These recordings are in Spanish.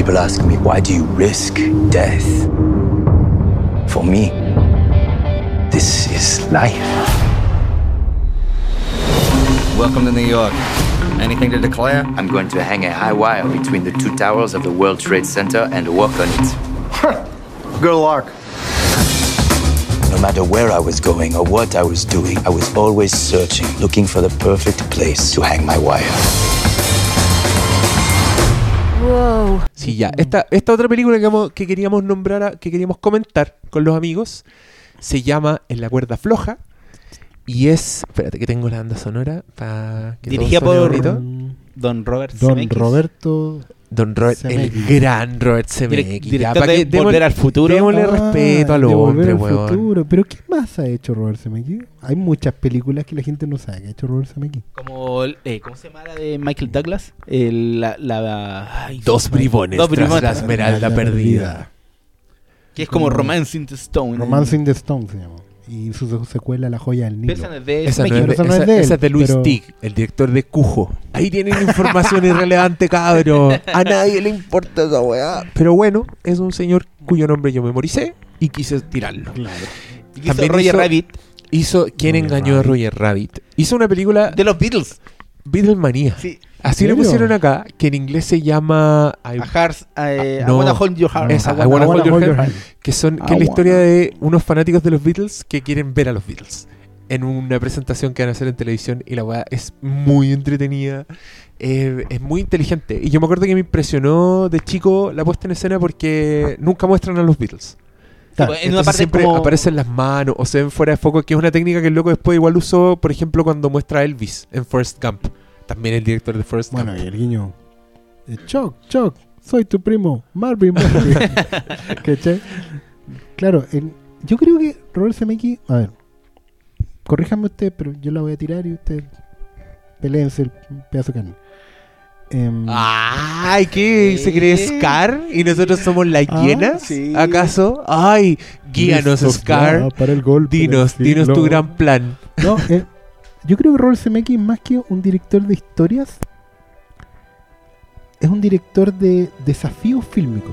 People ask me, why do you risk death? For me, this is life. Welcome to New York. Anything to declare? I'm going to hang a high wire between the two towers of the World Trade Center and work on it. Good luck. No matter where I was going or what I was doing, I was always searching, looking for the perfect place to hang my wire. Wow. Sí, ya. Esta otra película que queríamos nombrar, que queríamos comentar con los amigos, se llama En la cuerda floja. Y es... Espérate que tengo la banda sonora para que dirigida todo suene por bonito. Don Robert Don Zemeckis. Roberto. Don Robert, Zemeckis. el gran Robert Zemeckis. Director de Volver al Futuro. Démosle respeto al de hombre, Volver al weón. Futuro. Pero ¿qué más ha hecho Robert Zemeckis? Hay muchas películas que la gente no sabe que ha hecho Robert Zemeckis. Como, ¿cómo se llama la de Michael Douglas? Ay, Dos bribones Dos tras bribones la tras esmeralda perdida. que es como Romance in the Stone. Romance in the Stone se llama. Y su secuela La joya del Nilo. Pero esa no es de Esa no Zemeckis. es de, Pero esa no es de él, esa es de Luis pero- Tig, el director de Cujo. Ahí tienen información irrelevante, cabro. A nadie le importa esa weá. Pero bueno, es un señor cuyo nombre yo memoricé y quise tirarlo. Claro. Y hizo También Roger hizo- Rabbit Hizo ¿Quién Roger engañó a Rabbit. Roger Rabbit? Hizo una película de los Beatles. Beatlemanía. Sí. Así le ¿En serio? pusieron acá, que en inglés se llama A Hearts, I no. Wanna Hold Your Heart. Esa, I Wanna Hold Your Heart, Hand. que es la historia de unos fanáticos de los Beatles que quieren ver a los Beatles en una presentación que van a hacer en televisión, y la weá es muy entretenida, es muy inteligente, y yo me acuerdo que me impresionó de chico la puesta en escena porque nunca muestran a los Beatles. Claro. En una Entonces parte siempre como... aparecen las manos o se ven fuera de foco, que es una técnica que el loco después igual usó, por ejemplo, cuando muestra a Elvis en Forrest Gump. También el director de Forrest Bueno, Gump. y el guiño. Choc, soy tu primo, Marvin Murphy. ¿Cachai? Claro, yo creo que Robert Zemeckis, a ver, corríjame usted, pero yo la voy a tirar y usted peleense el pedazo de carne. Ay, ¿qué? ¿Se cree Scar? ¿Y nosotros somos la hiena? sí. ¿Acaso? Ay, guíanos, listos Scar. ya para el golpe Dinos del siglo. tu gran plan. No, yo creo que Robert Zemeckis, más que un director de historias, es un director de desafíos fílmicos.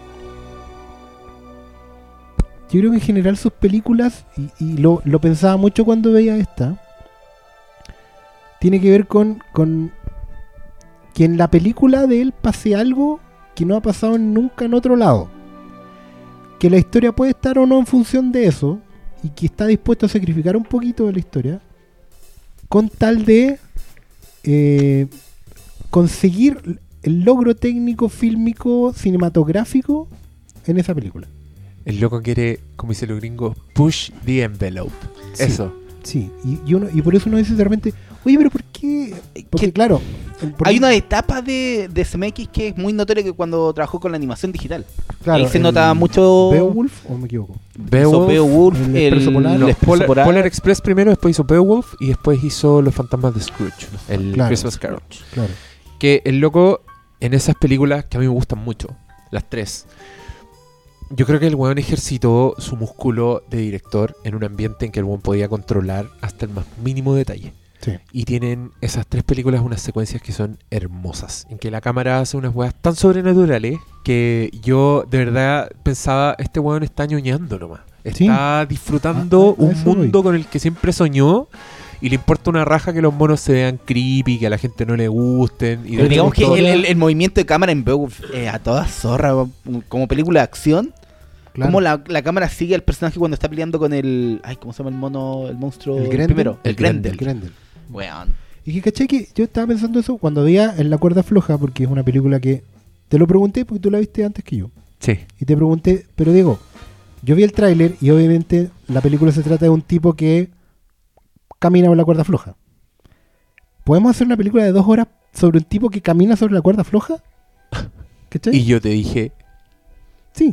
Yo creo que en general sus películas, y lo pensaba mucho cuando veía esta, tiene que ver con que en la película de él pase algo que no ha pasado nunca en otro lado. Que la historia puede estar o no en función de eso, y que está dispuesto a sacrificar un poquito de la historia con tal de conseguir el logro técnico, fílmico, cinematográfico en esa película. El loco quiere, como dicen los gringos, push the envelope. Sí. Eso. Sí, y por eso uno dice de repente, oye, pero ¿por qué? Porque ¿Qué? claro, Hay una etapa de Zemeckis que es muy notoria, que cuando trabajó con la animación digital. claro, ahí se nota mucho... ¿Beowulf o me equivoco? Hizo Beowulf, el Expreso Polar. el No, Expreso Polar. Polar Express primero, después hizo Beowulf y después hizo Los Fantasmas de Scrooge, el Claro. Christmas Carol. Claro. Que el loco, en esas películas que a mí me gustan mucho, las tres, yo creo que el weón ejercitó su músculo de director en un ambiente en que el weón podía controlar hasta el más mínimo detalle. Sí. Y tienen esas tres películas unas secuencias que son hermosas, en que la cámara hace unas weas tan sobrenaturales que yo de verdad pensaba, este weón está ñoñando nomás. Está disfrutando A un eso mundo voy. con el que siempre soñó, y le importa una raja que los monos se vean creepy, que a la gente no le gusten. Y de Pero hecho, digamos que todo- el movimiento de cámara en Beowulf a toda zorra, como película de acción, Claro. como la cámara sigue al personaje cuando está peleando con el... Ay, ¿cómo se llama el mono? El monstruo ¿El Grendel? primero. El Grendel. El Grendel. Weón. Y que caché que yo estaba pensando eso cuando veía En la cuerda floja, porque es una película que te lo pregunté porque tú la viste antes que yo. Sí. Y te pregunté, pero Diego, yo vi el tráiler y obviamente la película se trata de un tipo que camina por la cuerda floja. ¿Podemos hacer una película de 2 horas sobre un tipo que camina sobre la cuerda floja? ¿Cachai? Y yo te dije, Sí.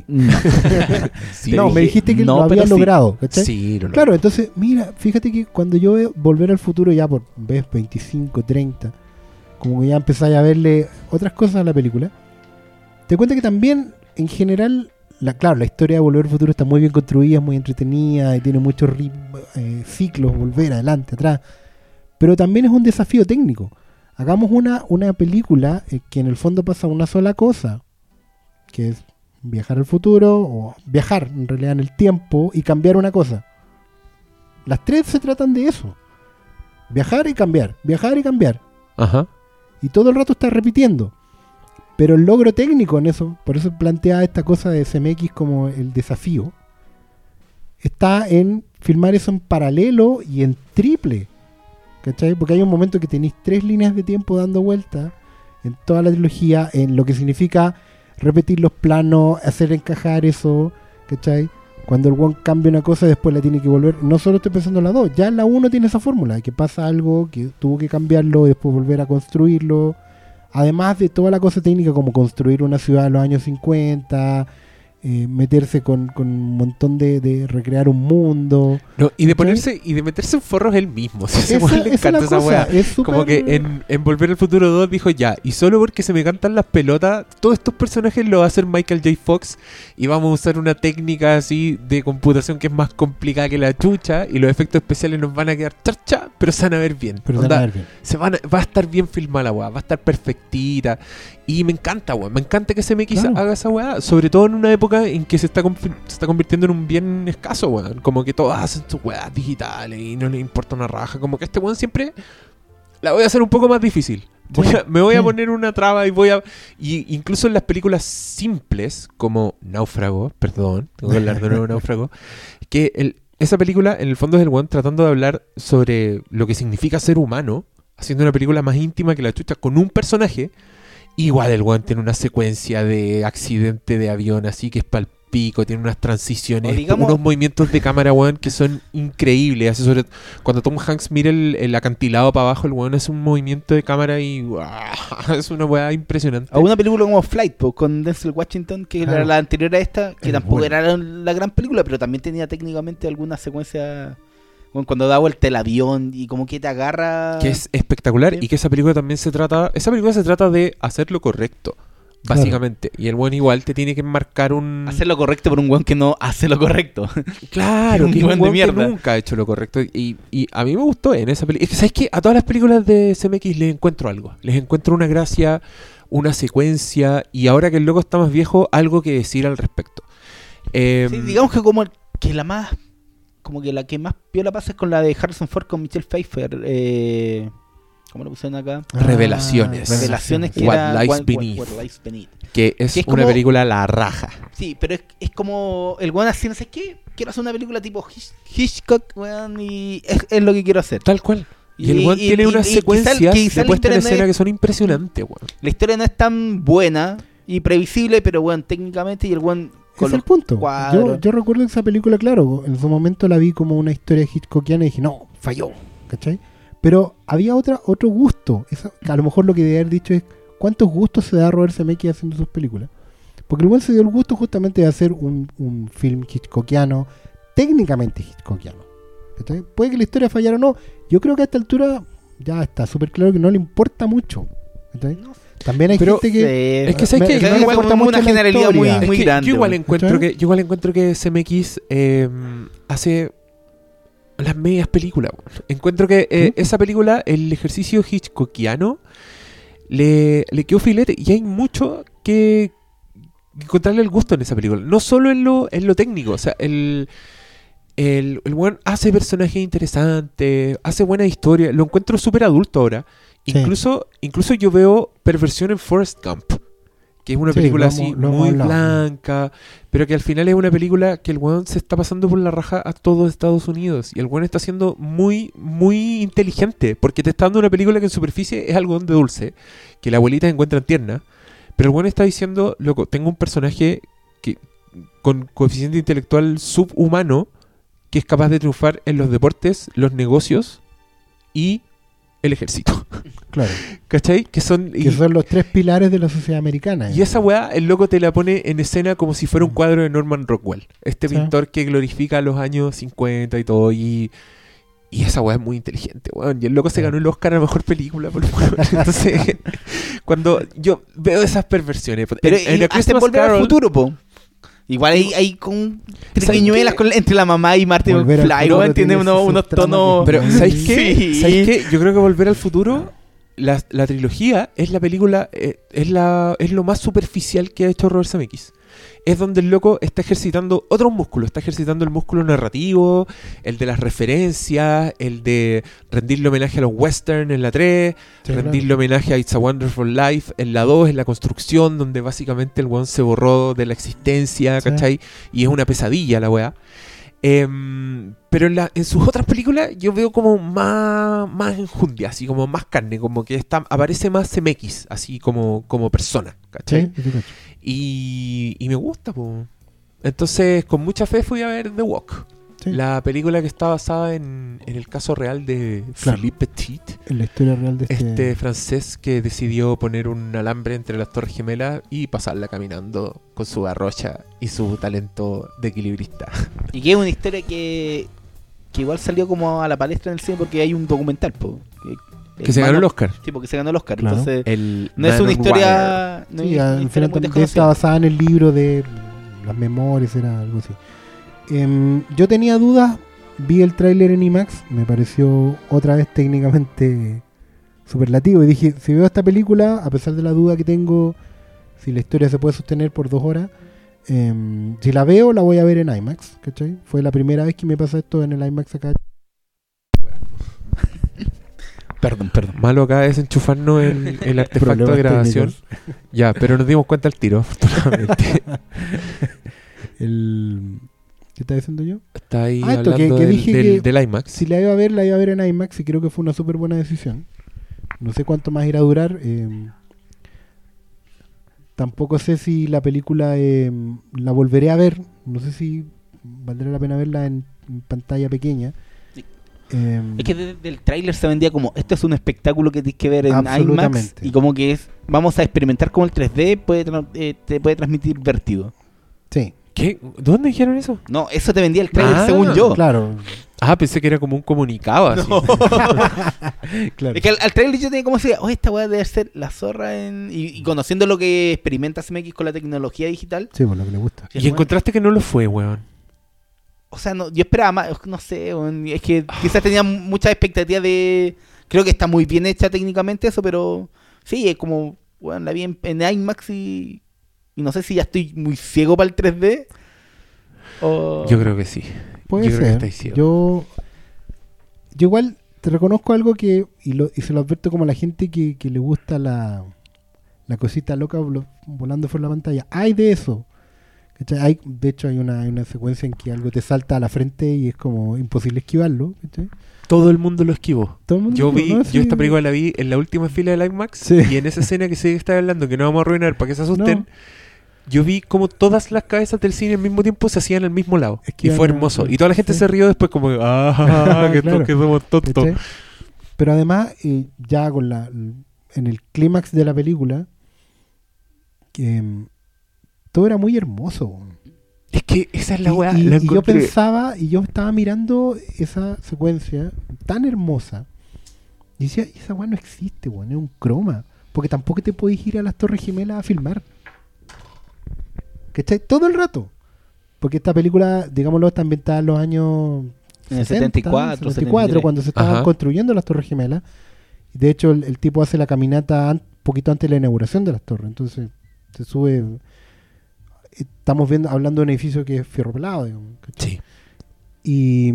sí, No, me dijiste que no, lo había pero sí. logrado. ¿Cachai? sí, lo Claro, entonces, mira, fíjate que cuando yo veo Volver al Futuro ya por vez 25, 30, como que ya empezáis a verle otras cosas a la película, te cuenta que también, en general, claro, la historia de Volver al Futuro está muy bien construida, es muy entretenida y tiene muchos ciclos, volver adelante, atrás, pero también es un desafío técnico. Hagamos una película que en el fondo pasa una sola cosa, que es viajar al futuro, o viajar en realidad en el tiempo y cambiar una cosa. Las tres se tratan de eso. Viajar y cambiar, viajar y cambiar. Ajá. Y todo el rato está repitiendo. Pero el logro técnico en eso, por eso plantea esta cosa de CMX como el desafío, está en filmar eso en paralelo y en triple. ¿Cachai? Porque hay un momento que tenéis 3 líneas de tiempo dando vuelta en toda la trilogía, en lo que significa repetir los planos, hacer encajar eso, ¿cachai? Cuando el one cambia una cosa, después la tiene que volver. No solo estoy pensando en la 2, ya en la 1 tiene esa fórmula, que pasa algo, que tuvo que cambiarlo y después volver a construirlo. Además de toda la cosa técnica como construir una ciudad en los años 50, meterse con un montón de recrear un mundo. No, y de ¿cachai? meterse en forros él mismo. Si ese Esa- weón le esa encanta es esa la cosa, weá. es súper- Como que en Volver al Futuro 2 dijo ya, y solo porque se me cantan las pelotas, todos estos personajes lo va a hacer Michael J. Fox y vamos a usar una técnica así de computación que es más complicada que la chucha y los efectos especiales nos van a quedar charcha, pero se van a ver bien. Pero Onda, a ver bien. va a estar bien filmada la weá, va a estar perfectita. Y me encanta, weón. Me encanta que CMX Claro. haga esa weá. Sobre todo en una época en que se está convirtiendo en un bien escaso, weón. Como que todos hacen sus weas digitales y no les importa una raja. Como que este weón siempre la voy a hacer un poco más difícil. Me voy a poner una traba y incluso en las películas simples, como Náufrago, perdón, tengo que hablar de nuevo de Náufrago, que esa película en el fondo es el weón tratando de hablar sobre lo que significa ser humano, haciendo una película más íntima que la chucha con un personaje. Igual el weón tiene una secuencia de accidente de avión así que es palpico, tiene unas transiciones, O digamos- unos movimientos de cámara, weón, que son increíbles. Hace cuando Tom Hanks mira el acantilado para abajo, el weón hace un movimiento de cámara y ¡guau! Es una weá impresionante. A una película como Flight, pues, con Denzel Washington, que Claro. era la anterior a esta, que Es tampoco buena. era la gran película, pero también tenía técnicamente alguna secuencia. Bueno, cuando da vuelta el avión y como que te agarra. Que es espectacular Sí. y que esa película se trata de hacer lo correcto, básicamente. Y el buen igual te tiene que marcar un... hacer lo correcto por un weón que no hace lo correcto. Claro, Un que es un buen de weón que mierda. nunca ha hecho lo correcto. Y a mí me gustó en esa película. Es que, ¿sabes qué? A todas las películas de CMX les encuentro algo. Les encuentro una gracia, una secuencia. Y ahora que el loco está más viejo, algo que decir al respecto. Sí, digamos que como que la más. Como que la que más piola pasa es con la de Harrison Ford con Michelle Pfeiffer. ¿Cómo lo pusieron acá? Revelaciones. Revelaciones que What era Lies Beneath. What Lies Beneath. Que es Que es una como- película la raja. Sí, pero es como el weón así, no sé qué. Quiero hacer una película tipo Hitchcock, weón, y es lo que quiero hacer. Tal cual. Y el weón tiene unas quizá secuencias la de historia puesta en no escena es- que son impresionantes, weón. La historia no es tan buena y previsible, pero weón, técnicamente y el weón Es el punto. cuadros. Yo recuerdo esa película, claro, en su momento la vi como una historia hitchcockiana y dije, no, falló, ¿cachai? Pero había otro gusto. A lo mejor lo que debe haber dicho es cuántos gustos se da Robert Zemeckis haciendo sus películas. Porque el buen se dio el gusto justamente de hacer un film hitchcockiano, técnicamente hitchcockiano. ¿Cachai? Puede que la historia fallara o no. Yo creo que a esta altura ya está súper claro que no le importa mucho. ¿Cachai? También hay Pero, gente que... es que ¿sabes qué? no le Igual importa como mucho una la generalidad muy- historia. muy Es que grande, yo igual weón. ¿Cachai? yo igual encuentro que CMX hace las medias películas. Weón. Encuentro que ¿Sí? esa película, el ejercicio hitchcockiano, le quedó filete y hay mucho que encontrarle el gusto en esa película. No solo en lo técnico, o sea, el weón hace personajes interesantes, hace buena historia, lo encuentro súper adulto ahora. Sí. Incluso yo veo perversión en Forrest Gump, que es una Sí, película lo así hemos muy hablado. blanca, pero que al final es una película que el weón se está pasando por la raja a todo Estados Unidos. Y el weón está siendo muy, muy inteligente, porque te está dando una película que en superficie es algodón de dulce, que la abuelita encuentra tierna, pero el weón está diciendo, loco, tengo un personaje que con coeficiente intelectual subhumano que es capaz de triunfar en los deportes, los negocios y el ejército. Claro, ¿Cachai? Que son... que son los 3 pilares de la sociedad americana. Y esa weá, el loco te la pone en escena como si fuera un cuadro de Norman Rockwell. Este Sí. pintor que glorifica los años 50 y todo. Y esa weá es muy inteligente, weón. Y el loco se ganó el Oscar a Mejor Película. Por favor. Entonces, cuando yo veo esas perversiones... Pero en A hace Christmas volver al Carol- futuro, po. Igual hay con triquiñuelas entre la mamá y Martin Volver al McFly, futuro weón, tiene tiene unos sus tonos... Pero, Muy ¿sabes qué? Sí. ¿Sabes qué? Yo creo que Volver al Futuro la trilogía es la película, es lo más superficial que ha hecho Robert Zemeckis. Es donde el loco está ejercitando otros músculos. Está ejercitando el músculo narrativo, el de las referencias, el de rendirle homenaje a los western en la 3, Sí, rendirle homenaje a It's a Wonderful Life en la 2, en la construcción, donde básicamente el weón se borró de la existencia, Sí. ¿cachai? Y es una pesadilla la weá. Pero en sus otras películas yo veo como más enjundia, así como más carne, como que aparece más Zemeckis, así como persona, ¿cachai? Sí, sí, cacho. Y me gusta, po. Entonces, con mucha fe fui a ver The Walk. Sí. La película que está basada en el caso real de Claro. Philippe Petit, En la historia real de este francés que decidió poner un alambre entre las Torres Gemelas y pasarla caminando con su garrocha y su talento de equilibrista. Y que es una historia que igual salió como a la palestra en el cine porque hay un documental, po, Que se ganó el Oscar. Sí, porque se ganó el Oscar. Claro. Entonces, El no es Man una on Wire. historia. No Sí, es una al historia final muy también desconocida. está basada en el libro de las memorias, era algo así. Yo tenía dudas, vi el tráiler en IMAX, me pareció otra vez técnicamente superlativo y dije, si veo esta película, a pesar de la duda que tengo, si la historia se puede sostener por 2 horas, si la veo, la voy a ver en IMAX, ¿cachai? Fue la primera vez que me pasa esto en el IMAX acá. Perdón. Malo acá es enchufarnos el artefacto de Problemas grabación. técnicos. Ya, pero nos dimos cuenta al tiro, afortunadamente. ¿Qué estaba diciendo yo? Está ahí Esto, hablando que dije que del IMAX. Si la iba a ver en IMAX y creo que fue una súper buena decisión. No sé cuánto más irá a durar. Tampoco sé si la película la volveré a ver. No sé si valdrá la pena verla en pantalla pequeña. Sí. Eh, Es que desde el tráiler se vendía como esto es un espectáculo que tienes que ver en IMAX Absolutamente. y como que vamos a experimentar cómo el 3D te puede transmitir vértigo. sí, ¿Qué? ¿Dónde dijeron eso? No, eso te vendía el tráiler Ah, según yo. claro. Ah, pensé que era como un comunicado así. Claro. Es que al tráiler yo tenía como decía, esta weá debe ser la zorra y conociendo lo que experimenta CMX con la tecnología digital. Sí, por lo que le gusta. Sí, Y encontraste que no lo fue, weón. O sea, no, yo esperaba más, no sé, weón, es que quizás tenía muchas expectativas de... Creo que está muy bien hecha técnicamente eso, pero sí, es como, bueno, la vi en IMAX y no sé si ya estoy muy ciego para el 3D. O... Yo creo que sí. Puede Yo creo que ser. estáis ciego. Yo igual te reconozco algo que, y se lo advierto como a la gente que le gusta la cosita loca volando por la pantalla. Hay de eso. ¿Cachai? De hecho, hay una secuencia en que algo te salta a la frente y es como imposible esquivarlo. ¿Cachai? Todo el mundo lo esquivó. Todo el mundo Yo ¿no? esta Sí. película la vi en la última fila del IMAX Sí. y en esa escena que se está hablando, que no vamos a arruinar para que se asusten, No. yo vi como todas las cabezas del cine al mismo tiempo se hacían al mismo lado. Es que Y fue iban a- hermoso. Y toda la gente sí. se rió después como, que Claro. que somos tontos. ¿Cachai? Pero además, ya en el clímax de la película, que todo era muy hermoso. Es que esa es la weá. Y la yo encontré. pensaba, y yo estaba mirando esa secuencia tan hermosa, y decía, esa weá no existe, weón, es un croma. Porque tampoco te podés ir a las Torres Gemelas a filmar. ¿Cachai? Todo el rato. Porque esta película, digámoslo, está ambientada en los años En el 60, 74, 74, cuando se estaban Ajá. construyendo las Torres Gemelas. De hecho, el tipo hace la caminata poquito antes de la inauguración de las torres. Entonces, se sube. Estamos hablando de un edificio que es fierro pelado, digamos, ¿cachai? Sí.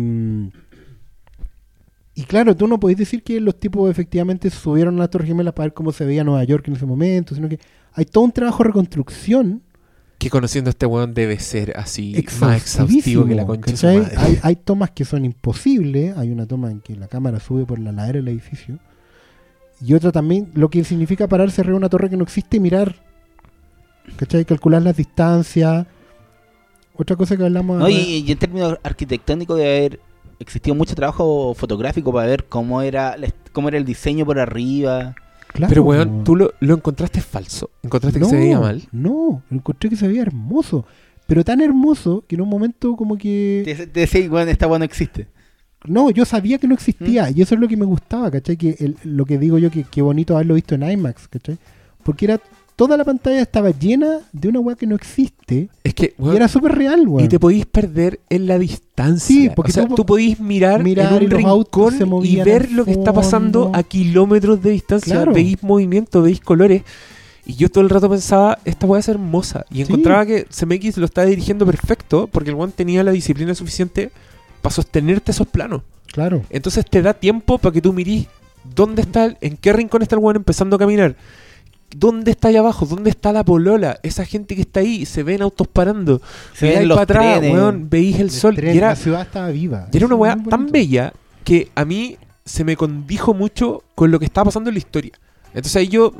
Y claro, tú no podés decir que los tipos efectivamente subieron a las Torres Gemelas para ver cómo se veía Nueva York en ese momento, sino que hay todo un trabajo de reconstrucción Que conociendo a este weón debe ser así más exhaustivo que la concha de su ¿cachai? madre. Hay tomas que son imposibles. Hay una toma en que la cámara sube por la ladera del edificio. Y otra también, lo que significa pararse arriba de una torre que no existe y mirar. ¿Cachai? Calcular las distancias. Otra cosa que hablamos... No, y en términos arquitectónicos debe haber existido mucho trabajo fotográfico para ver cómo era el diseño por arriba. Claro. Pero weón, tú lo encontraste falso. Encontraste que se veía mal. No, encontré que se veía hermoso. Pero tan hermoso que en un momento como que... Te decía, bueno, esta weá no existe. No, yo sabía que no existía. Y eso es lo que me gustaba, ¿cachai? Que lo que digo yo, que bonito haberlo visto en IMAX, ¿cachai? Porque era toda la pantalla estaba llena de una weá que no existe. Es que, Y era súper real, weón. y te podís perder en la distancia. Sí, porque o sea, tú podís mirar mirar en y un los autos se rincón y movían ver al lo que está pasando fondo. a kilómetros de distancia. Claro. Veis movimiento, veis colores. Y yo todo el rato pensaba, esta weá es hermosa. Y Sí. encontraba que CMX lo estaba dirigiendo perfecto porque el weón tenía la disciplina suficiente para sostenerte esos planos. Claro. Entonces te da tiempo para que tú mirís dónde está, en qué rincón está el weón empezando a caminar. ¿Dónde está allá abajo? ¿Dónde está la polola? Esa gente que está ahí, se ven autos parando. Se ven Miráis los para atrás, trenes. weón, veís el sol. tren, Y era, la ciudad estaba viva. y era una Eso weá es muy tan bonito. bella que a mí se me condijo mucho con lo que estaba pasando en la historia. Entonces ahí yo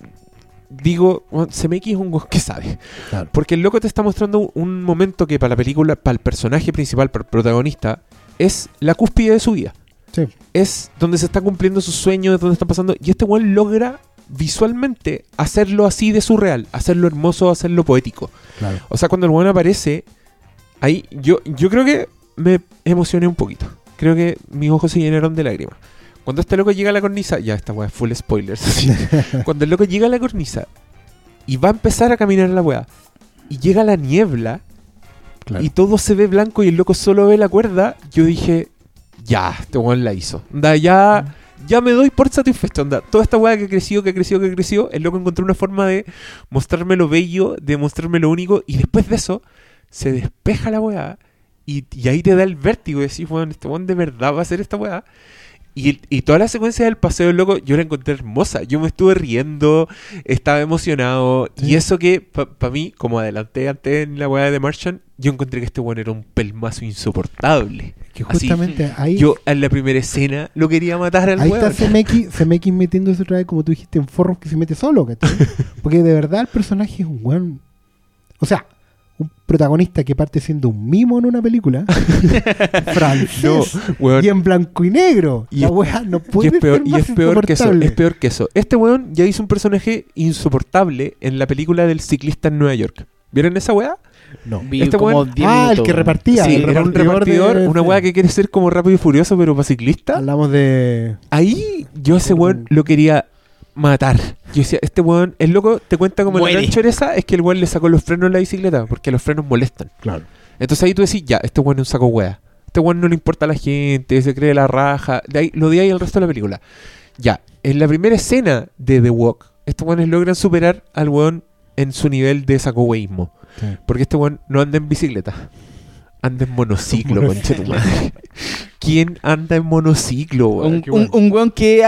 digo, bueno, CMX es un weón que sabe. Claro. Porque el loco te está mostrando un momento que para la película, para el personaje principal, para el protagonista, es la cúspide de su vida. Sí. Es donde se está cumpliendo sus sueños, es donde está pasando. Y este weón logra visualmente hacerlo así de surreal, hacerlo hermoso, hacerlo poético. Claro. O sea, cuando el weón aparece, ahí yo creo que me emocioné un poquito. Creo que mis ojos se llenaron de lágrimas. Cuando este loco llega a la cornisa, ya esta weá es full spoilers. así. Cuando el loco llega a la cornisa y va a empezar a caminar la weá, y llega la niebla, Claro. y todo se ve blanco y el loco solo ve la cuerda, yo dije, ya, este weón la hizo. Onda, ya me doy por satisfecho. Onda, toda esta weá que creció, el loco encontró una forma de mostrarme lo bello, de mostrarme lo único, y después de eso, se despeja la weá, y ahí te da el vértigo de decir, weón, este weón de verdad va a hacer esta weá. Y toda la secuencia del paseo del loco yo la encontré hermosa. Yo me estuve riendo, estaba emocionado. Sí. Y eso que, para mí, como adelanté antes en la weá de The Martian, yo encontré que este weón era un pelmazo insoportable. Que Así, justamente ahí, yo en la primera escena lo quería matar al ahí weón. está CMX metiéndose otra vez, como tú dijiste, en forros que se mete solo, ¿cachai? Porque de verdad el personaje es un weón. O sea, un protagonista que parte siendo un mimo en una película francés No, weón. y en blanco y negro. Y La es- weá no Y puede es peor, ser y más es peor que eso, insoportable. es peor que eso. Este weón ya hizo un personaje insoportable en la película del ciclista en Nueva York. ¿Vieron esa weá? No. Vi Este como weón- 10 Ah, el minutos, que weón. repartía. Sí, el era un repartidor, una weá que quiere ser como Rápido y Furioso, pero para ciclista. Hablamos de... Ahí yo a ese weón lo quería matar. Yo decía, este weón, el loco te cuenta como Muere. la gran choreza es que el weón le sacó los frenos a la bicicleta porque los frenos molestan. Claro. Entonces ahí tú decís, ya, este weón es un saco weá. Este weón no le importa a la gente, se cree la raja. De ahí, lo de ahí el resto de la película. Ya, en la primera escena de The Walk, estos weones logran superar al weón en su nivel de saco weísmo. Sí. Porque este weón no anda en bicicleta. Anda en monociclo, concha tu madre. ¿Quién anda en monociclo, weón? Un weón que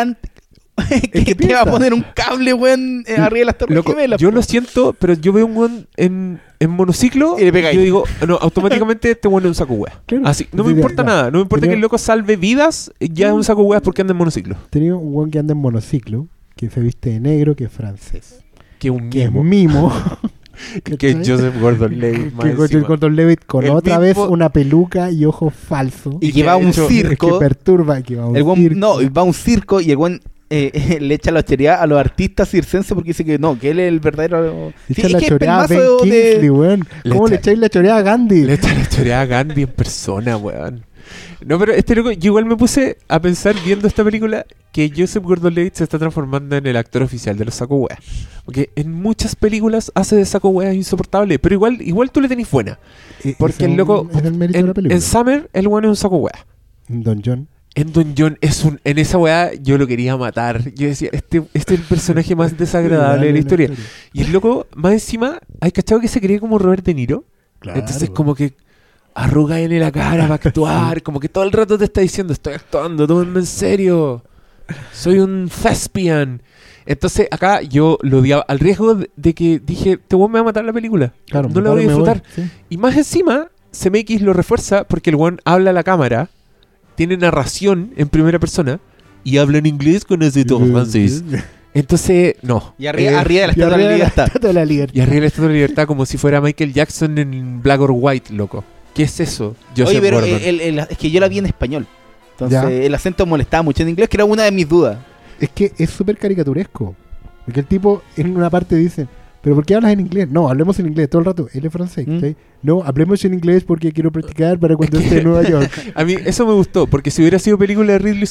que te va piensa. a poner un cable, weón, arriba de las torres Loco, gemelas. yo po. lo siento, pero yo veo un weón en monociclo Y le pega ahí. yo digo, no, automáticamente este weón es un saco weá. Claro. Así, no me Sí, importa ya. nada, no me importa Tenía- que el loco salve vidas, ya es un saco weá porque anda en monociclo. Tenía un weón que anda en monociclo, que se viste de negro, que es francés. Que un Que es mimo. mimo. Que es Joseph Gordon-Levitt. más Que encima. Gordon-Levitt con El otra mismo- vez una peluca y ojos falsos. Y Y que va a que, un de hecho, que circo. perturba, que va a un El weón, circo. no, va a un circo y el weón le echa la choreada a los artistas circenses porque dice que no, que él es el verdadero. Le Sí, echa es la que es choreada a Ben pelmazo Kingsley, weón. Le ¿Cómo le echa- echáis la choreada a Gandhi? Le echa la historia a Gandhi en persona, weón. No, pero este loco, yo igual me puse a pensar viendo esta película que Joseph Gordon-Levitt se está transformando en el actor oficial de los saco weas. Porque en muchas películas hace de saco weas insoportable, pero igual tú le tenés buena. Porque Ese el loco, es el mérito de la película. en Summer, el weón es un saco wea. Don John. En Don John en esa weá yo lo quería matar. Yo decía, este es el personaje más desagradable de la historia. Y el loco, más encima, ¿hay cachado que se cree como Robert De Niro? Claro. Entonces como que arruga en la cara para actuar, como que todo el rato te está diciendo, estoy actuando, tómenme en serio. Soy un thespian. Entonces acá yo lo odiaba al riesgo de que dije, te voy a matar la película. Claro, no la voy a me disfrutar. sí. Y más encima, CMX lo refuerza porque el weón habla a la cámara, tiene narración en primera persona y habla en inglés con acento francés. Entonces, no. Y arriba de la Y Estatua de arriba la de la Libertad. Estatua de la Libertad. Y arriba la Estatua de la Libertad como si fuera Michael Jackson en Black or White, loco. ¿Qué es eso? Joseph Oye, pero Gordon. es que yo la vi en español. Entonces Ya. el acento molestaba mucho en inglés, que era una de mis dudas. Es que es súper caricaturesco. Porque el tipo en una parte dice, ¿pero por qué hablas en inglés? No, hablemos en inglés todo el rato. Él es francés. ¿Mm? ¿sí? No, hablemos en inglés porque quiero practicar para cuando Es que- esté en Nueva York. A mí eso me gustó, porque si hubiera sido película de Ridley Scott,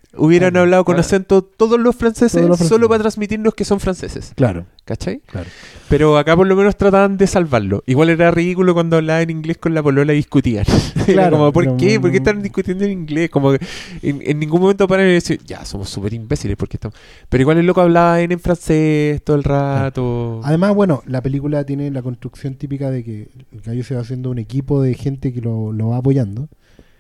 hubieran Claro. hablado con acento todos los franceses Todos los franceses. solo para transmitirnos que son franceses. Claro, ¿Cachai? claro. Pero acá por lo menos trataban de salvarlo. Igual era ridículo cuando hablaban en inglés con la polola y discutían. Era Claro, como, ¿por pero qué? ¿Por qué no- están discutiendo en inglés? Como que en ningún momento paran y decir, ya, somos súper imbéciles porque estamos... Pero igual el loco hablaba en francés todo el rato. Además, bueno, la película tiene la construcción típica de que el gallo se va haciendo un equipo de gente que lo va apoyando.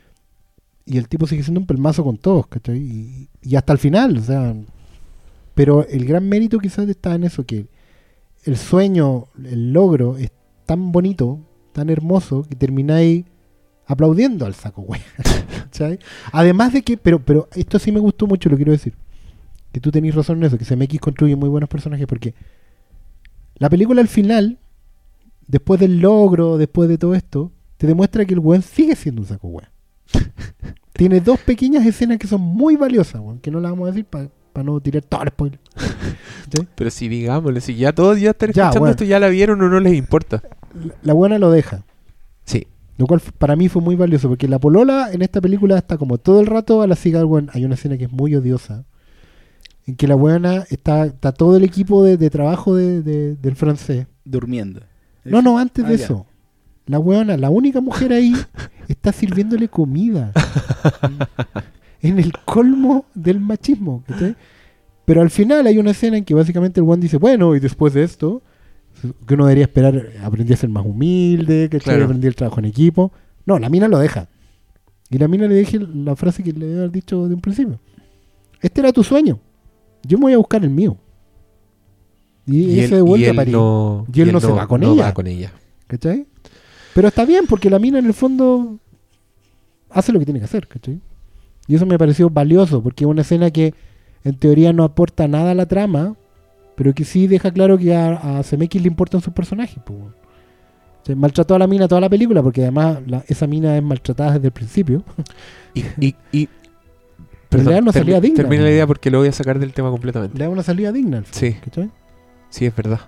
Y el tipo sigue siendo un pelmazo con todos, ¿cachai? Y hasta el final, o sea. Pero el gran mérito quizás está en eso, que el sueño, el logro es tan bonito, tan hermoso, que termináis aplaudiendo al saco, güey. ¿Cachai? Además de que, pero esto sí me gustó mucho, lo quiero decir. Que tú tenés razón en eso, que CMX construye muy buenos personajes, porque la película al final, después del logro, después de todo esto, te demuestra que el weón sigue siendo un saco weón. Tiene dos pequeñas escenas que son muy valiosas, weón, que no las vamos a decir para no tirar todo el spoiler. ¿Sí? Pero si digámosle, si ya todos ya están Ya, escuchando bueno. esto, ya la vieron o no les importa. La buena lo deja. Sí. Lo cual para mí fue muy valioso, porque la polola en esta película está como todo el rato a la cigarra, weón. Hay una escena que es muy odiosa, en que la buena está todo el equipo de trabajo del francés. Durmiendo. No, antes de ya. eso. La weona, la única mujer ahí, está sirviéndole comida. En el colmo del machismo. ¿Cachai? Pero al final hay una escena en que básicamente el weón dice, bueno, y después de esto, que uno debería esperar, aprendí a ser más humilde, que Claro. aprendí el trabajo en equipo. No, la mina lo deja. Y la mina le dije la frase que le debe haber dicho de un principio. Este era tu sueño. Yo me voy a buscar el mío. Y él se devuelve a París. Y él no se va con ella. va con ella. ¿Cachai? Pero está bien, porque la mina en el fondo hace lo que tiene que hacer, ¿cachai? Y eso me pareció valioso, porque es una escena que en teoría no aporta nada a la trama, pero que sí deja claro que a CMX le importan sus personajes. Pues. Se maltrató a la mina toda la película, porque además esa mina es maltratada desde el principio. Y le da una salida digna, termina la ¿no? idea porque lo voy a sacar del tema completamente. Le da una salida digna al fondo, Sí, ¿cachai? sí, es verdad.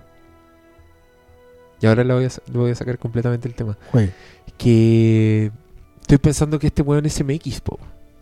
Y ahora lo voy a sacar completamente del tema. Güey. Que estoy pensando que este weón es MX, po.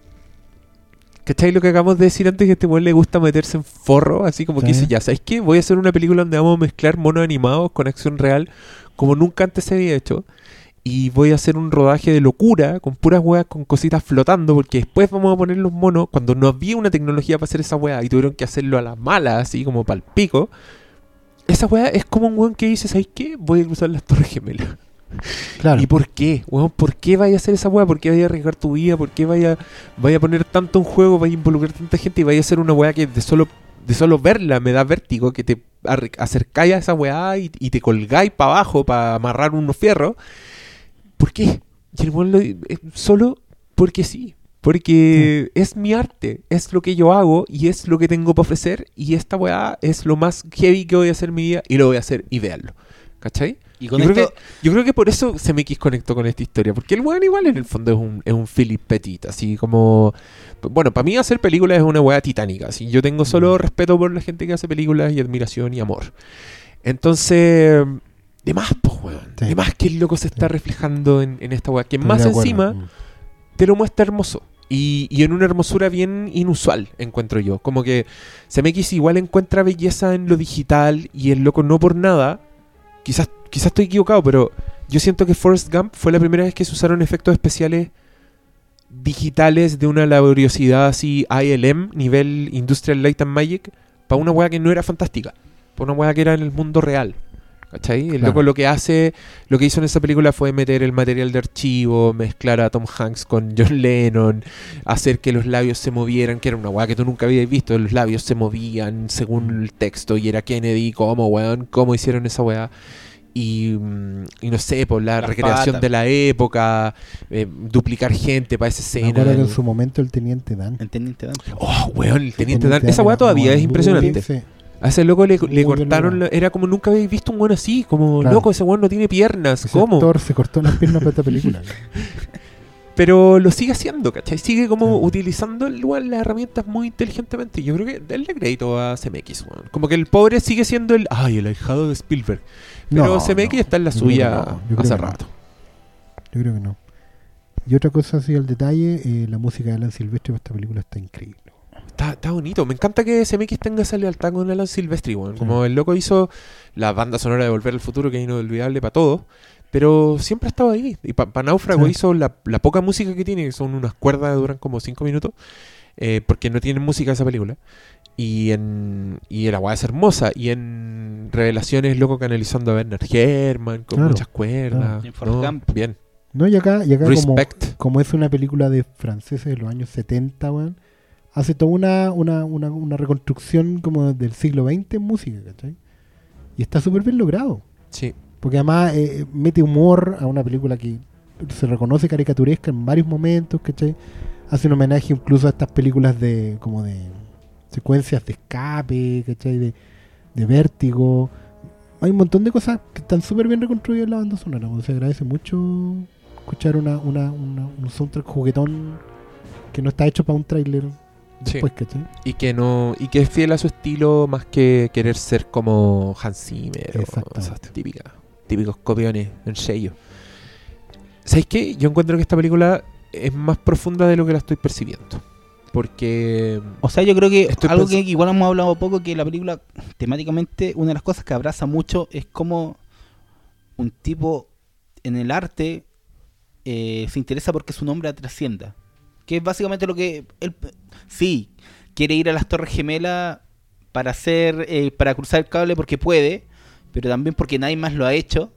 ¿Cachai lo que acabamos de decir antes? Que a este weón le gusta meterse en forro, así como que Sí. dice, ya, ¿sabes qué? Voy a hacer una película donde vamos a mezclar monos animados con acción real, como nunca antes se había hecho. Y voy a hacer un rodaje de locura, con puras weas, con cositas flotando, porque después vamos a poner los monos, cuando no había una tecnología para hacer esa wea, y tuvieron que hacerlo a la mala, así como pal pico. Esa wea es como un weón que dice, ¿sabes qué? Voy a cruzar las Torres Gemelas. Claro. ¿Y por qué? Weón, ¿por qué vaya a hacer esa weá? ¿Por qué vaya a arriesgar tu vida? ¿Por qué vaya a poner tanto en juego? ¿Vaya a involucrar tanta gente? Y vaya a hacer una weá que de solo verla me da vértigo? Que te acercáis a esa weá y te colgáis para abajo para amarrar unos fierros. ¿Por qué? Y el weón solo porque sí. Porque es mi arte, es lo que yo hago y es lo que tengo para ofrecer. Y esta weá es lo más heavy que voy a hacer en mi vida y lo voy a hacer y veanlo. ¿Cachai? Y con esto, Yo creo que por eso CMX conectó con esta historia. Porque el weón igual en el fondo es un Philip Petit. Así como... Bueno, para mí hacer películas es una weá titánica. Así, yo tengo solo respeto por la gente que hace películas y admiración y amor. Entonces... De más, pues, weón. Sí. De más que el loco se está reflejando en esta weá. Que Estoy más de acuerdo. encima te lo muestra hermoso. Y en una hermosura bien inusual, encuentro yo. Como que CMX igual encuentra belleza en lo digital y el loco no por nada... Quizás estoy equivocado, pero yo siento que Forrest Gump fue la primera vez que se usaron efectos especiales digitales de una laboriosidad así ILM, nivel Industrial Light and Magic, para una weá que no era fantástica, para una weá que era en el mundo real. ¿Cachai? El Claro. loco lo que hizo en esa película fue meter el material de archivo, mezclar a Tom Hanks con John Lennon, hacer que los labios se movieran, que era una weá que tú nunca habías visto, los labios se movían según el texto, y era Kennedy, cómo hicieron esa weá. Y no sé, por la Las recreación patas. de la época, duplicar gente para esa Me escena. acuerdo que en su momento el Teniente Dan. el Teniente Dan. Oh, weón, el Teniente El Dan. Esa weá era todavía es muy impresionante. bien, sí. A ese loco le Muy bien cortaron, logrado. era como nunca habéis visto un weón así, como Claro. loco, ese weón no tiene piernas, Ese ¿cómo? actor se cortó las piernas para esta película. Pero lo sigue haciendo, ¿cachai? Sigue como Sí. utilizando igual las herramientas muy inteligentemente. Yo creo que denle crédito a CMX, weón. Como que el pobre sigue siendo el ahijado de Spielberg. Pero No, CMX no. está en la Yo creo suya que no. Yo creo hace que no. rato. Yo creo que no. Y otra cosa así al detalle, la música de Alan Silvestre para esta película está increíble. Está bonito. Me encanta que CMX tenga esa lealtad con Alan Silvestri, weón. Como el loco hizo la banda sonora de Volver al Futuro, que es inolvidable para todos, pero siempre ha estado ahí. Y para Náufrago hizo la poca música que tiene, que son unas cuerdas que duran como 5 minutos, porque no tienen música esa película. Y el agua es hermosa. Y en Revelaciones, loco, canalizando a Werner Herrmann con muchas cuerdas. ¿No? Bien. No, y acá Respect. como es una película de franceses de los años 70, weón, hace toda una reconstrucción como del siglo XX en música, ¿cachai? Y está súper bien logrado. Sí. Porque además mete humor a una película que se reconoce caricaturesca en varios momentos, ¿cachai? Hace un homenaje incluso a estas películas de secuencias de escape, ¿cachai? De vértigo. Hay un montón de cosas que están súper bien reconstruidas en la banda sonora. O sea, se agradece mucho escuchar un soundtrack juguetón que no está hecho para un tráiler después, ¿cachai? Y que es fiel a su estilo más que querer ser como Hans Zimmer o esas típicos copiones en sello. ¿Sabéis qué? Yo encuentro que esta película es más profunda de lo que la estoy percibiendo. Porque... O sea, yo creo que algo que igual hemos hablado poco, que la película temáticamente, una de las cosas que abraza mucho es como un tipo en el arte se interesa porque su nombre trascienda. Que es básicamente lo que él sí quiere ir a las Torres Gemelas para para cruzar el cable porque puede, pero también porque nadie más lo ha hecho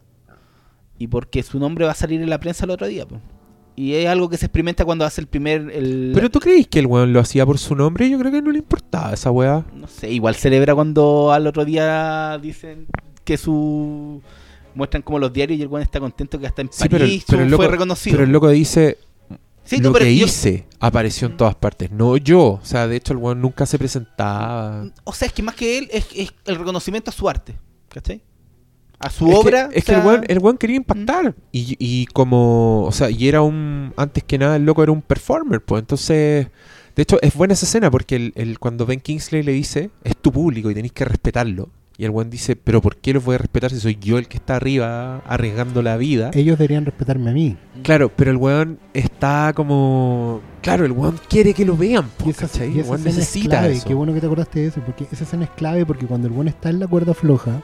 y porque su nombre va a salir en la prensa el otro día, pues. Y es algo que se experimenta cuando hace el primer... ¿Pero tú creís que el weón lo hacía por su nombre? Yo creo que no le importaba esa weá. No sé, igual celebra cuando al otro día dicen que muestran como los diarios y el weón está contento que hasta en París pero el loco, fue reconocido. Pero el loco dice... Sí, lo que hice apareció en todas partes, no yo. O sea, de hecho el weón nunca se presentaba. O sea, es que más que él es el reconocimiento a su arte, ¿cachai? A su obra. Que el weón quería impactar. Y como, o sea, y era antes que nada el loco era un performer, pues. Entonces, de hecho, es buena esa escena porque cuando Ben Kingsley le dice, es tu público y tenéis que respetarlo. Y el weón dice, pero ¿por qué los voy a respetar si soy yo el que está arriba arriesgando la vida? Ellos deberían respetarme a mí. Claro, pero el weón está como... Claro, el weón quiere que lo vean, ¿cachai? Y esa escena necesita es clave. Eso. Qué bueno que te acordaste de eso, porque esa escena es clave porque cuando el weón está en la cuerda floja,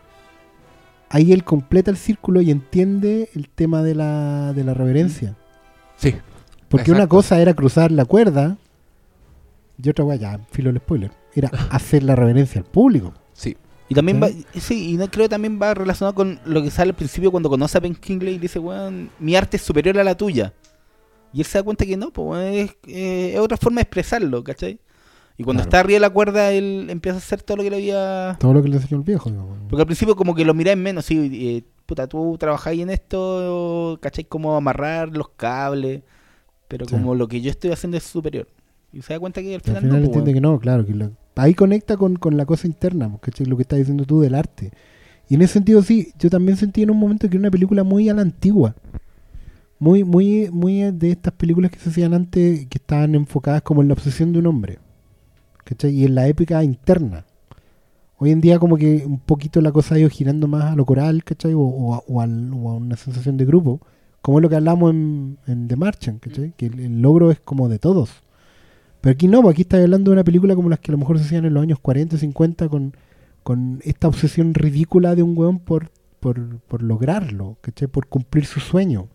ahí él completa el círculo y entiende el tema de la reverencia. Sí. Porque una cosa era cruzar la cuerda y otra, ya, filo el spoiler, era hacer la reverencia al público. Sí. Y también creo que también va relacionado con lo que sale al principio cuando conoce a Ben Kingsley y dice, weón, mi arte es superior a la tuya. Y él se da cuenta que no, pues es otra forma de expresarlo, ¿cachai? Y cuando está arriba de la cuerda, él empieza a hacer todo lo que le había... Todo lo que le enseñó el viejo. Digamos. Porque al principio como que lo mirá en menos, sí, puta, tú trabajáis en esto, ¿cachai? Cómo amarrar los cables, pero como lo que yo estoy haciendo es superior. Y se da cuenta que al final no, entiende pues, que no, claro, que ahí conecta con la cosa interna, ¿cachai? Lo que estás diciendo tú del arte. Y en ese sentido sí, yo también sentí en un momento que era una película muy a la antigua. Muy, muy, muy de estas películas que se hacían antes, que estaban enfocadas como en la obsesión de un hombre, ¿cachai? Y en la épica interna. Hoy en día como que un poquito la cosa ha ido girando más a lo coral, ¿cachai? O a una sensación de grupo, como es lo que hablamos en The Martian, ¿cachai? Que el logro es como de todos. Pero aquí no, aquí está hablando de una película como las que a lo mejor se hacían en los años 40, 50, con esta obsesión ridícula de un weón por lograrlo, ¿cachai? Por cumplir su sueño.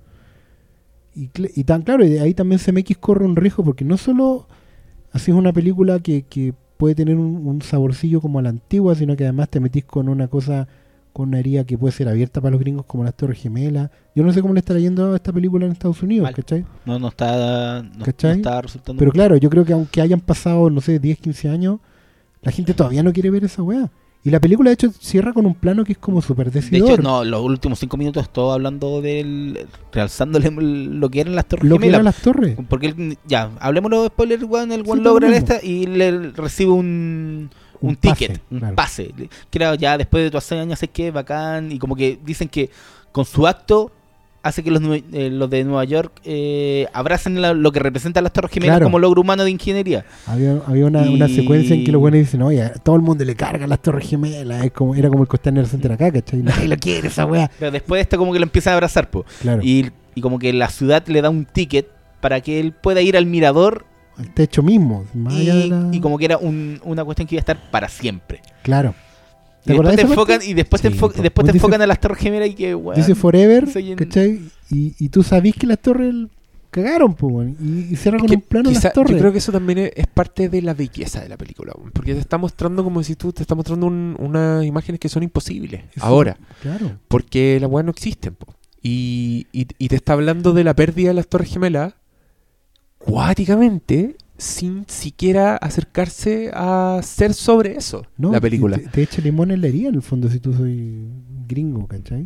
Y tan claro, y ahí también CMX corre un riesgo, porque no solo así es una película que puede tener un saborcillo como a la antigua, sino que además te metís con una cosa, con una herida que puede ser abierta para los gringos como las Torres Gemelas. Yo no sé cómo le está yendo a esta película en Estados Unidos, mal. ¿cachai? No está resultando. Pero claro, yo creo que aunque hayan pasado, no sé, 10, 15 años, la gente todavía no quiere ver esa weá. Y la película, de hecho, cierra con un plano que es como súper decidor. De hecho, no, los últimos 5 minutos todo hablando realzándole lo que eran las Torres Gemelas. Lo que eran las torres. Porque ya, hablemoslo de spoiler, weón, el weón logra esta y le recibe un ticket, un pase. Que era ya después de tus 6 años, es que es bacán. Y como que dicen que con su acto hace que los de Nueva York abracen lo que representan las Torres Gemelas como logro humano de ingeniería. Había una secuencia en que los buenos dicen, oye, todo el mundo le carga las Torres Gemelas, era como el Costanera Center acá, ¿cachai? Nadie lo quiere esa weá. Pero después de esto como que lo empiezan a abrazar, po. Claro. Y como que la ciudad le da un ticket para que él pueda ir al mirador el techo mismo. Más allá de la... Y como que era una cuestión que iba a estar para siempre. Claro. Y después te enfocan, parte? y después Sí, después te enfocan a las Torres Gemelas y que, weón, Dice Forever, soy en- ¿cachai? Y tú sabís que las torres cagaron, pues, weón. Y cierra con Que un plano quizá- las torres. Yo creo que eso también es parte de la belleza de la película, weón, porque te está mostrando, como si tú te está mostrando unas imágenes que son imposibles Eso, ahora, Claro. porque las weas no existen, po. Y te está hablando de la pérdida de las Torres Gemelas cuáticamente, sin siquiera acercarse a ser sobre eso, No, la película. Te echa limón en la herida, en el fondo, si tú soy gringo, ¿cachai?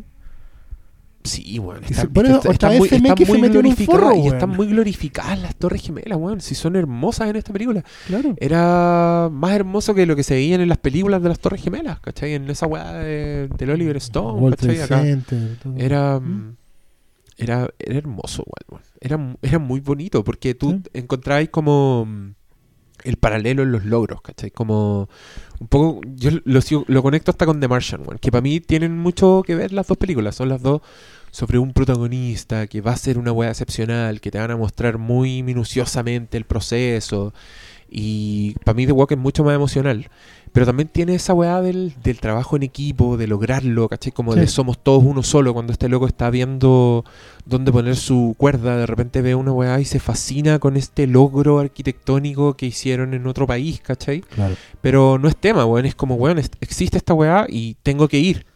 Sí, weón. Y por eso, otra vez se me que se metió en un forro, y weón. están muy glorificadas las Torres Gemelas, weón. Si son hermosas en esta película. Claro. Era más hermoso que lo que se veían en las películas de las Torres Gemelas, ¿cachai? En esa weá del Oliver Stone, World ¿cachai? Trade Acá. Center, todo. Era hermoso, weón. Era muy bonito porque tú Sí. encontrabas como el paralelo en los logros, ¿cachai? Como un poco, yo lo conecto hasta con The Martian, weón, que para mí tienen mucho que ver las dos películas. Son las dos sobre un protagonista que va a ser una weá excepcional, que te van a mostrar muy minuciosamente el proceso. Y para mí The Walk es mucho más emocional. Pero también tiene esa weá del trabajo en equipo, de lograrlo, ¿cachai? Como Sí. de somos todos uno solo. Cuando este loco está viendo dónde poner su cuerda, de repente ve una weá y se fascina con este logro arquitectónico que hicieron en otro país, ¿cachai? Claro. Pero no es tema, weón. Es como, weón, existe esta weá y tengo que ir.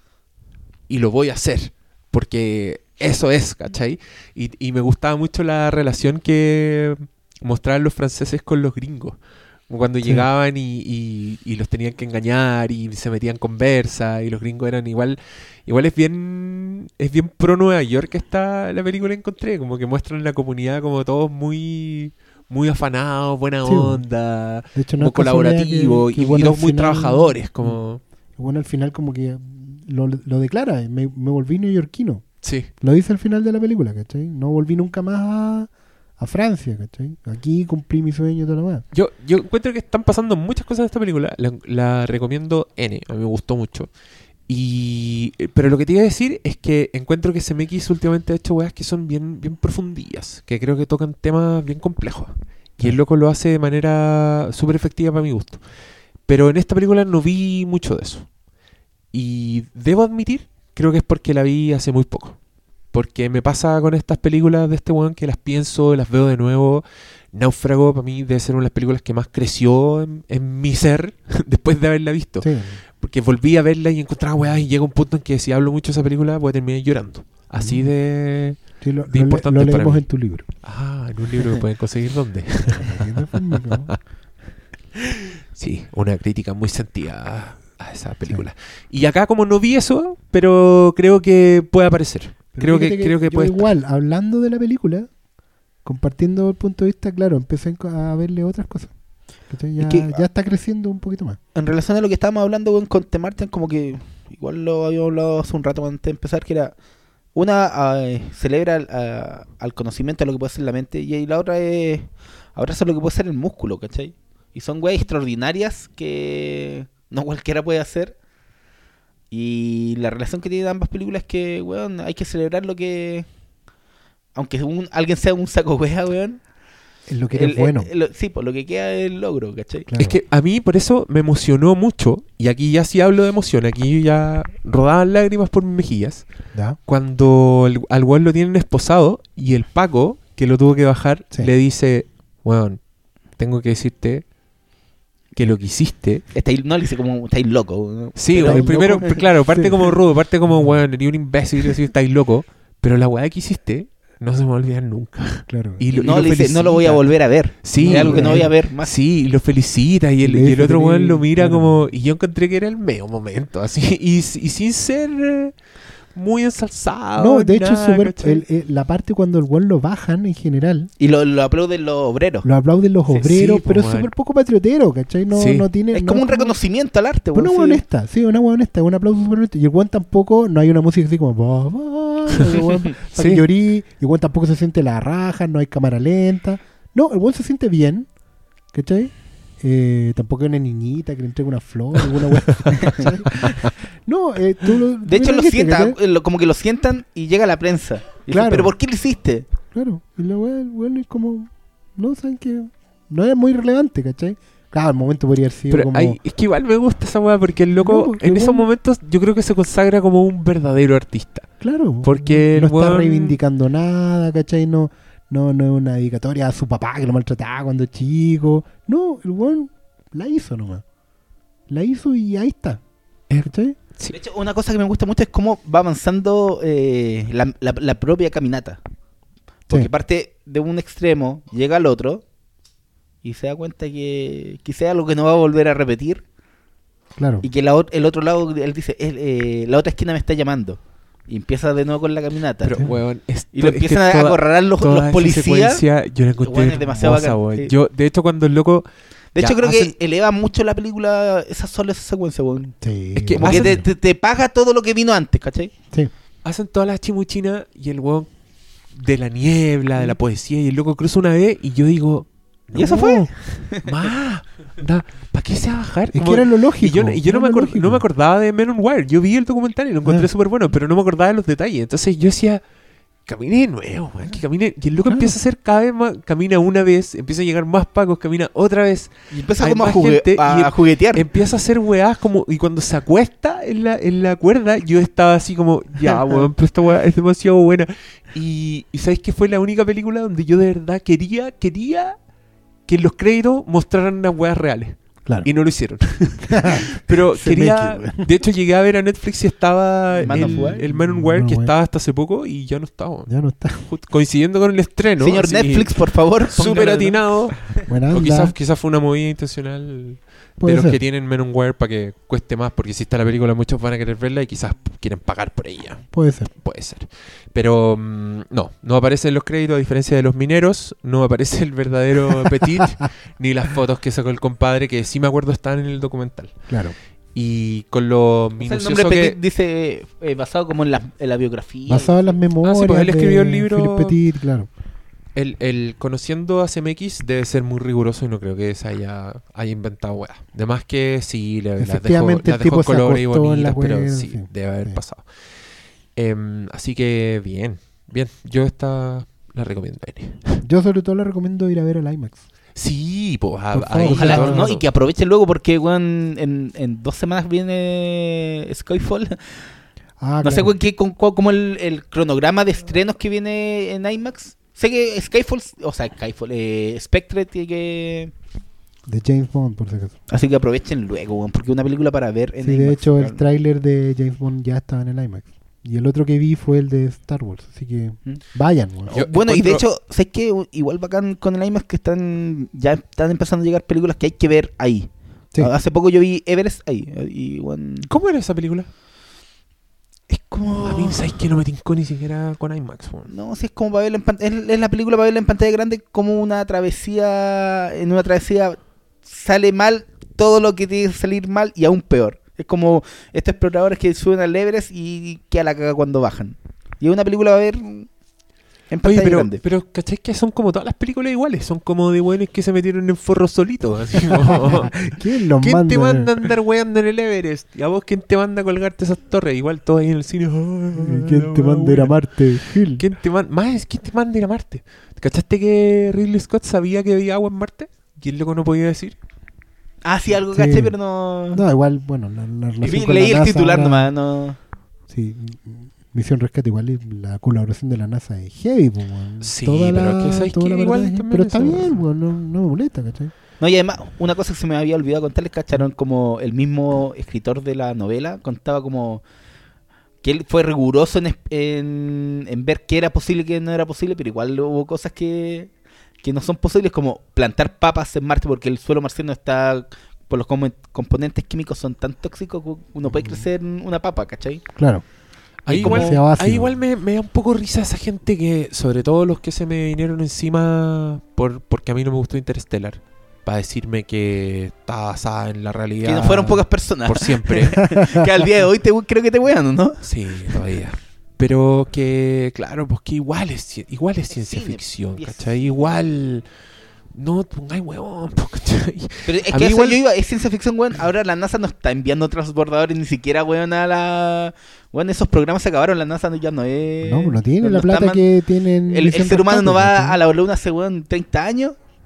Y lo voy a hacer. Porque eso es, ¿cachai? Y me gustaba mucho la relación que mostraban los franceses con los gringos. Como cuando Sí. llegaban y los tenían que engañar y se metían en conversa y los gringos eran igual es bien pro Nueva York esta la película, encontré, como que muestran la comunidad como todos muy afanados, buena Sí, onda, De hecho, no como es casualidad colaborativo que y bueno, todos al muy final- trabajadores, como Bueno, al final como que lo declara, me volví neoyorquino. sí. Lo dice al final de la película, ¿cachai? No volví nunca más a Francia, ¿cachai? Aquí cumplí mi sueño y toda la weá. Yo encuentro que están pasando muchas cosas en esta película. La recomiendo N. A mí me gustó mucho. Pero lo que te iba a decir es que encuentro que CMX últimamente ha hecho weas que son bien profundillas. Que creo que tocan temas bien complejos. Y el loco lo hace de manera súper efectiva para mi gusto. Pero en esta película no vi mucho de eso. Y debo admitir, creo que es porque la vi hace muy poco. Porque me pasa con estas películas de este weón que las pienso, las veo de nuevo. Náufrago para mí debe ser una de las películas que más creció en mi ser después de haberla visto. Sí. Porque volví a verla y encontraba weá y llega un punto en que si hablo mucho de esa película voy a terminar llorando. Así de... Sí, de importante lo para leemos mí. en tu libro. Ah, en un libro que pueden conseguir ¿dónde? Sí, una crítica muy sentida a esa película. Y acá como no vi eso, pero creo que puede aparecer. Pero Creo que yo puede estar. igual, hablando de la película, compartiendo el punto de vista, claro, empecé a verle otras cosas. ¿Cachai? Ya, Es que- ya está creciendo un poquito más. En relación a lo que estábamos hablando con The Martian, como que igual lo habíamos hablado hace un rato antes de empezar, que era una celebra al conocimiento de lo que puede ser la mente y la otra es abraza lo que puede ser el músculo, ¿cachai? Y son weas extraordinarias que no cualquiera puede hacer. Y la relación que tienen ambas películas es que, weón, hay que celebrar lo que... Aunque alguien sea un saco wea, weón. Es lo que es bueno. Sí, por lo que queda es el logro, ¿cachai? Claro. Es que a mí por eso me emocionó mucho, y aquí ya sí hablo de emoción, aquí ya rodaban lágrimas por mis mejillas, ¿Ya? cuando al weón lo tienen esposado y el Paco, que lo tuvo que bajar, Sí. le dice, weón, tengo que decirte que lo que hiciste... No le dice como, estáis loco. ¿no? Sí, Pero- el primero, claro, parte Sí. como rudo, parte como, weón, eres un imbécil, así, estáis loco, pero la weá que hiciste no se me va a olvidar nunca. Claro. Y lo no le dice, no lo voy a felicita. volver a ver. Sí, Es algo que no voy a ver más. Sí, y lo felicita y Y le el dice, otro weón lo tenés- mira claro. como... Y yo encontré que era el medio momento, así. Y sin ser muy ensalzado. No, de ni hecho, nada, súper- ¿cachai? la parte cuando el weón lo bajan en general, Y lo aplauden los obreros. lo aplauden los Sí, obreros, sí, pero es pues, súper poco patriotero, ¿cachai? No, Sí. no tiene. Es no como un reconocimiento al arte, Pero una weón, hueá sí. honesta, sí, una hueá honesta, un aplauso súper honesto. Y el weón tampoco, no hay una música así como. El weón Sí. que llorí, y el weón tampoco se siente la raja, no hay cámara lenta. No, el weón se siente bien, ¿cachai? Tampoco hay una niñita que le entrega una flor, alguna hueá. ¿cachai? No, De hecho, lo sientan, como que lo sientan y llega la prensa. Y dicen, Claro. pero ¿por qué lo hiciste? Claro, y la weá, el weón es como. No, ¿saben qué? no es muy relevante, ¿cachai? Claro, el momento podría haber sido Pero como... es que igual me gusta esa weá porque el loco, No, porque en esos weón- momentos, yo creo que se consagra como un verdadero artista. Claro, Porque no el está weón- reivindicando nada, ¿cachai? No es una dedicatoria a su papá que lo maltrataba cuando chico. No, el weón la hizo nomás. La hizo y ahí está. ¿Cachai? Sí. De hecho, una cosa que me gusta mucho es cómo va avanzando la propia caminata. Porque Sí. parte de un extremo, llega al otro y se da cuenta que quizá algo que no va a volver a repetir Claro. y que el otro lado, él dice, la otra esquina me está llamando. Y empieza de nuevo con la caminata. Pero, weón, y lo empiezan a acorralar los policías. Secuencia, yo la encontré Weón, es demasiado hermosa, bacán, weón. sí. Yo, de hecho, cuando el loco... De hecho, ya, creo hacen- que eleva mucho la película esa secuencia, weón. Sí, Es que Como hacen- que te paga todo lo que vino antes, ¿cachai? sí. hacen todas las chimuchinas y el weón de la niebla, de la poesía, y el loco cruza una vez y yo digo... ¿Y eso fue? ¿Para qué se va a bajar? Es Como- que era lo lógico. Y yo no era me, lo lógico. no me acordaba de Men on Wire. Yo vi el documental y lo encontré Ah. súper bueno, pero no me acordaba de los detalles. Entonces yo decía, camine de nuevo, man, que camine. Y el loco Claro. empieza a hacer cada vez más, camina una vez, empieza a llegar más pacos, camina otra vez, Y empieza Hay como a, más gente a juguetear. empieza a hacer weás como, y cuando se acuesta en la cuerda, yo estaba así como, ya, weón, pero esta weá es demasiado buena. Y ¿sabéis que fue la única película donde yo de verdad quería que en los créditos mostraran unas weas reales? Claro. Y no lo hicieron. Pero Se quería... me De hecho, llegué a ver a Netflix y estaba Man of Wire. el Man on Man Wire, on que Wire. estaba hasta hace poco y ya no estaba. Ya no está. Coincidiendo con el estreno. Señor así, Netflix, por favor. Súper póngalo. atinado. Buena O onda. quizás fue una movida intencional Puede de los ser. que tienen Men on Wire para que cueste más, porque si está la película muchos van a querer verla y quizás quieren pagar por ella. Puede ser. Puede ser. Pero no aparece en los créditos, a diferencia de Los Mineros, no aparece el verdadero Petit, ni las fotos que sacó el compadre, que sí me acuerdo están en el documental. Claro. Y con lo O sea, el minucioso nombre que... Petit dice basado como en la biografía. Basado en las memorias. sí, pues él escribió el de libro- Philip Petit, claro. El conociendo a CMX debe ser muy riguroso y no creo que se haya inventado weá. Además que sí, las dejó, Efectivamente, las el dejó tipo en se colores y acostó en la bonitas, pero cuerda, sí, sí. debe haber Sí. pasado. Así que bien. Yo esta la recomiendo, N. Yo sobre todo le recomiendo ir a ver el IMAX. Sí, pues Por favor, ahí Ojalá, todo el ¿no? rato. Y que aprovechen luego porque, weón, en 2 semanas viene Skyfall. Ah, No sé claro. weón, cómo el cronograma de estrenos que viene en IMAX. Sé que Skyfall, Spectre tiene que... De James Bond, por si acaso. Así que aprovechen luego, weón, porque es una película para ver en Sí, IMAX. de hecho, el claro. tráiler de James Bond ya estaba en el IMAX. Y el otro que vi fue el de Star Wars. Así que ¿Mm? vayan, weón. Yo Bueno, y de encuentro- hecho, sé que igual bacán con el IMAX que ya están empezando a llegar películas que hay que ver ahí. Sí. Hace poco yo vi Everest ahí. Y, weón, ¿Cómo era esa película? es como... A mí, ¿sabes que no me tincó ni siquiera con IMAX, weón? No, si es como para verla en pantalla. Es la película para verla en pantalla grande, como una travesía. En una travesía sale mal todo lo que tiene que salir mal y aún peor. Es como estos exploradores que suben al Everest y queda la caga cuando bajan. Y es una película para ver en pantalla Oye, grande. pero ¿cachai que son como todas las películas iguales? Son como de buenos que se metieron en forro solitos. Así como, ¿Quién los ¿quién te manda? manda a andar weando en el Everest? ¿Y a vos quién te manda a colgarte esas torres? Igual todos ahí en el cine. ¿Quién te manda a ir a Marte? Gil. ¿Quién te manda a ir a Marte? ¿Cachaste que Ridley Scott sabía que había agua en Marte? ¿Y el loco no podía decir? Ah, sí, algo Sí. caché, pero no. No, igual, bueno, la relación con Leí la el NASA titular ahora- nomás, no. Sí, Misión Rescate igual y la colaboración de la NASA es heavy, po, weón. Sí, Toda pero que sabes toda que la igual verdad es- también pero está eso- bien, weón, no me molesta, ¿cachai? No, y además, una cosa que se me había olvidado contarles, cacharon como el mismo escritor de la novela contaba como que él fue riguroso en ver qué era posible y qué no era posible, pero igual hubo cosas que no son posibles, como plantar papas en Marte, porque el suelo marciano está, por los componentes químicos son tan tóxicos que uno puede crecer una papa, ¿cachai? Claro. Ahí como igual, sea ácido. ahí igual me da un poco risa esa gente que, sobre todo los que se me vinieron encima porque a mí no me gustó Interstellar, para decirme que está basada en la realidad. Que no fueron pocas personas. Por siempre. Que al día de hoy creo que te wean, ¿no? Sí, todavía. Pero que, claro, pues que igual es ciencia cine, ficción, y es ¿cachai? cine. Igual no pongáis huevón, po, ¿cachai? Pero es A que mí eso igual- yo iba, es ciencia ficción, weón. Ahora la NASA no está enviando transbordadores ni siquiera, weón, a la... Weón, esos programas se acabaron, la NASA ya no es... No, no tiene no la está plata man- que tienen. El ser humano no va a la luna hace, weón, 30 años.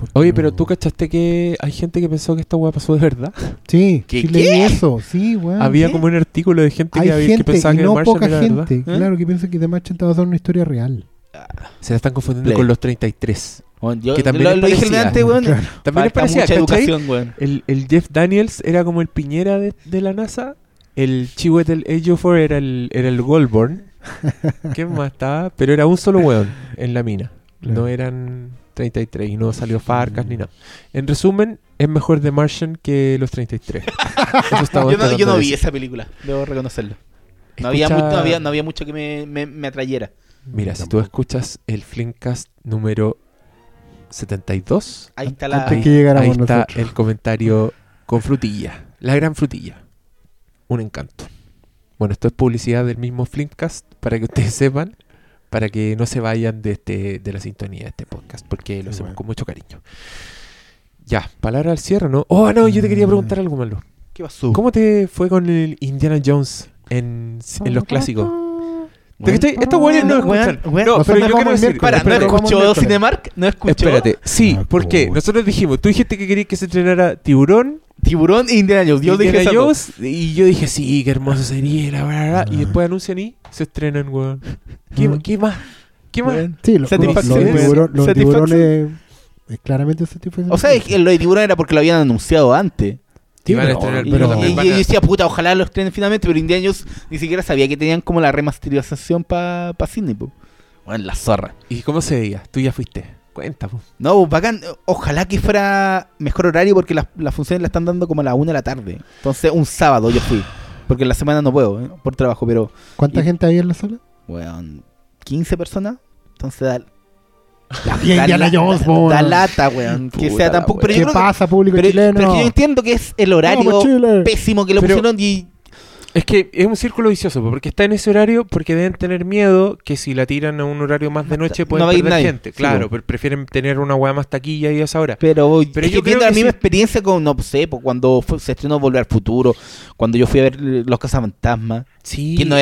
porque Oye, no- pero tú cachaste que hay gente que pensó que esta weá pasó de verdad. Sí, ¿Qué, sí qué? leí eso. Sí, weón. Había ¿qué? como un artículo de gente Hay que gente, pensaba y que no Martian poca era verdad. gente, claro, que piensa que The Martian está basado en una historia real. Se la están confundiendo Play. con los 33. Weón, yo Que también lo, es lo dije parecida. antes, weón. Claro. También es Falta parecida, mucha ¿cachai? educación, weón. El Jeff Daniels era como el Piñera de la NASA. El Chihuet del Ejiofor era el Goldborn. ¿Qué más estaba? Pero era un solo weón en la mina. Claro. No eran 33 y no salió Farcas ni nada. En resumen, es mejor The Martian que los 33. Eso estaba Yo no tratando de vi decir. esa película, debo reconocerlo. No Escucha- había mucho que me atrayera. Mira, si tú escuchas el Flimcast número 72, Ahí está la... Antes que llegáramos ahí está nosotros. el comentario con frutilla. La gran frutilla. Un encanto. Bueno, esto es publicidad del mismo Flimcast para que ustedes sepan, para que no se vayan de la sintonía de este podcast, porque lo hacemos bueno. con mucho cariño. Ya, palabra al cierre, ¿no? Oh, no, yo te quería preguntar algo, Malo. ¿Qué pasó? ¿Cómo te fue con el Indiana Jones en los clásicos? Weón, Estos güeyes no weón, escuchan. weón, No, nosotros pero yo vamos quiero el decir... miércoles, Para, ¿no espérate, vamos escuchó miércoles. Cinemark? ¿No escuchó? Espérate, sí, Ah, porque puta. nosotros dijimos, tú dijiste que querías que se estrenara Tiburón, Tiburón e Indiana Jones. Yo dije Indiana esas dos. Jones, y yo dije, sí, qué hermoso sería, la verdad, y Ah. después anuncian y se estrenan, weón. Ah. ¿Qué más? ¿Qué más? Weón. Sí, los Satisfacción. tiburones es claramente satisfacción. O sea, es que lo de Tiburón era porque lo habían anunciado antes. Iban a pero- estrenar, Y, pero y- también y van yo a- decía, puta, ojalá lo estrenen finalmente, pero Indiana Jones ni siquiera sabía que tenían como la remasterización para Disney, po. Bueno, la zorra. ¿Y cómo se veía? Tú ya fuiste. Cuenta, po. No, bacán. Ojalá que fuera mejor horario porque las funciones la están dando como a la 1 de la tarde. Entonces, un sábado yo fui. Porque en la semana no puedo, por trabajo, pero, ¿Cuánta y- gente había en la sala? weón, 15 personas. Entonces, Indiana Jones, po, da weón. lata, weón. Que Puta sea la tampoco. weón. Pero yo ¿Qué creo que- pasa, público pero, chileno? pero que yo entiendo que es el horario Vamos, Chile. pésimo que lo Pero- pusieron y Es que es un círculo vicioso, po, porque está en ese horario porque deben tener miedo que si la tiran a un horario más de noche pueden No va a ir perder nadie. gente. Sí, Claro, po. pero prefieren tener una weá más taquilla y a esa hora. Pero Pero es yo que creo tiene la que misma sí. experiencia con, no sé, pues, cuando se estrenó Volver al Futuro, cuando yo fui a ver Los Cazafantasmas, Sí. que no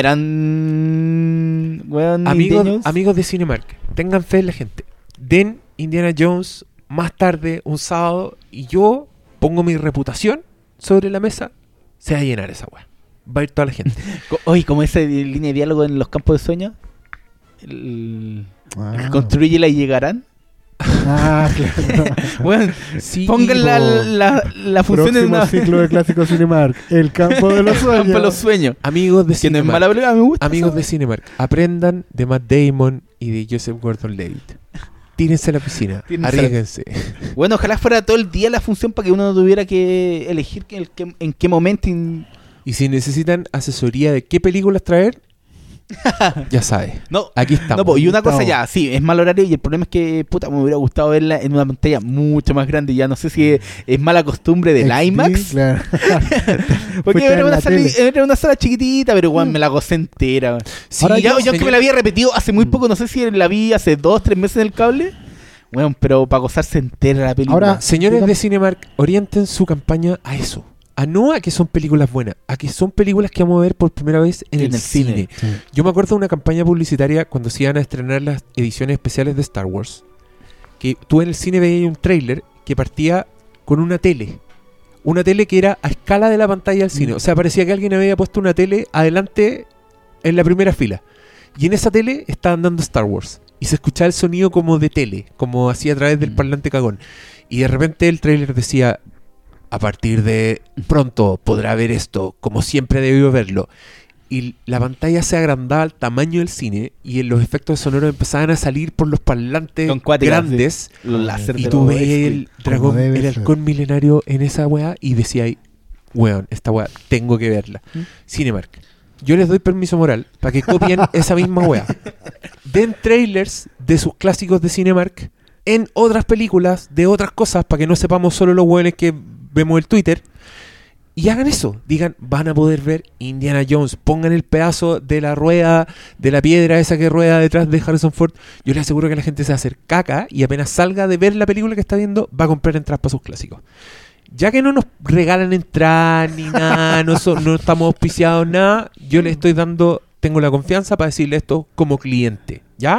eran, weón, Amigos, niños. amigos de Cinemark, tengan fe en la gente. Den Indiana Jones más tarde, un sábado, y yo pongo mi reputación sobre la mesa. Se va a llenar esa weá. Va a ir toda la gente. Oye, como esa línea de diálogo en Los Campos de Sueño, el Ah. construyela y llegarán. Ah, claro. Weón, Sí, pongan la función en Próximo una ciclo de Clásico Cinemark. El campo de los sueños. Campo de los Sueños. amigos de Que no es Cinemark. mala película, me gusta. Amigos esa de Cinemark, aprendan de Matt Damon y de Joseph Gordon-Levitt. Tírense a la piscina, Tírense a la- arriesguense. Bueno, ojalá fuera todo el día la función para que uno no tuviera que elegir en qué momento. Y si necesitan asesoría de qué películas traer, ya sabes. No, Aquí estamos. no, po, y una cosa Estamos. ya, sí, es mal horario y el problema es que, puta, me hubiera gustado verla en una pantalla mucho más grande. Ya no sé si es mala costumbre del XD, IMAX. Claro. Porque Fuiste en la tele. era una sala chiquitita, pero igual me la gocé entera. Sí, Ahora yo, señor. que me la había repetido hace muy poco, no sé si la vi hace 2-3 meses en el cable. Bueno, pero para gozarse entera la película. Ahora, Señores de Cinemark, orienten su campaña a eso. A no a que son películas buenas, a que son películas que vamos a ver por primera vez en el cine. Sí. Yo me acuerdo de una campaña publicitaria cuando se iban a estrenar las ediciones especiales de Star Wars. Que tú en el cine veías un tráiler que partía con una tele. Una tele que era a escala de la pantalla del cine. O sea, parecía que alguien había puesto una tele adelante en la primera fila. Y en esa tele estaban dando Star Wars. Y se escuchaba el sonido como de tele, como así a través del parlante cagón. Y de repente el tráiler decía: a partir de pronto podrá ver esto, como siempre debió verlo. Y la pantalla se agrandaba al tamaño del cine y los efectos sonoros empezaban a salir por los parlantes Con cuáticas, grandes. Los láser Y de tú los veías X. el dragón, debe el ser. halcón milenario en esa weá y decías: weón, esta weá tengo que verla. Cinemark, yo les doy permiso moral para que copien esa misma weá. Den trailers de sus clásicos de Cinemark en otras películas, de otras cosas, para que no sepamos solo los weones que vemos el Twitter. Y hagan eso, digan, van a poder ver Indiana Jones, pongan el pedazo de la rueda, de la piedra esa que rueda detrás de Harrison Ford. Yo les aseguro que la gente se va a hacer caca y apenas salga de ver la película que está viendo, va a comprar entradas para sus clásicos. Ya que no nos regalan entradas ni nada, no estamos auspiciados, nada, yo les estoy dando, tengo la confianza para decirle esto como cliente, ¿ya?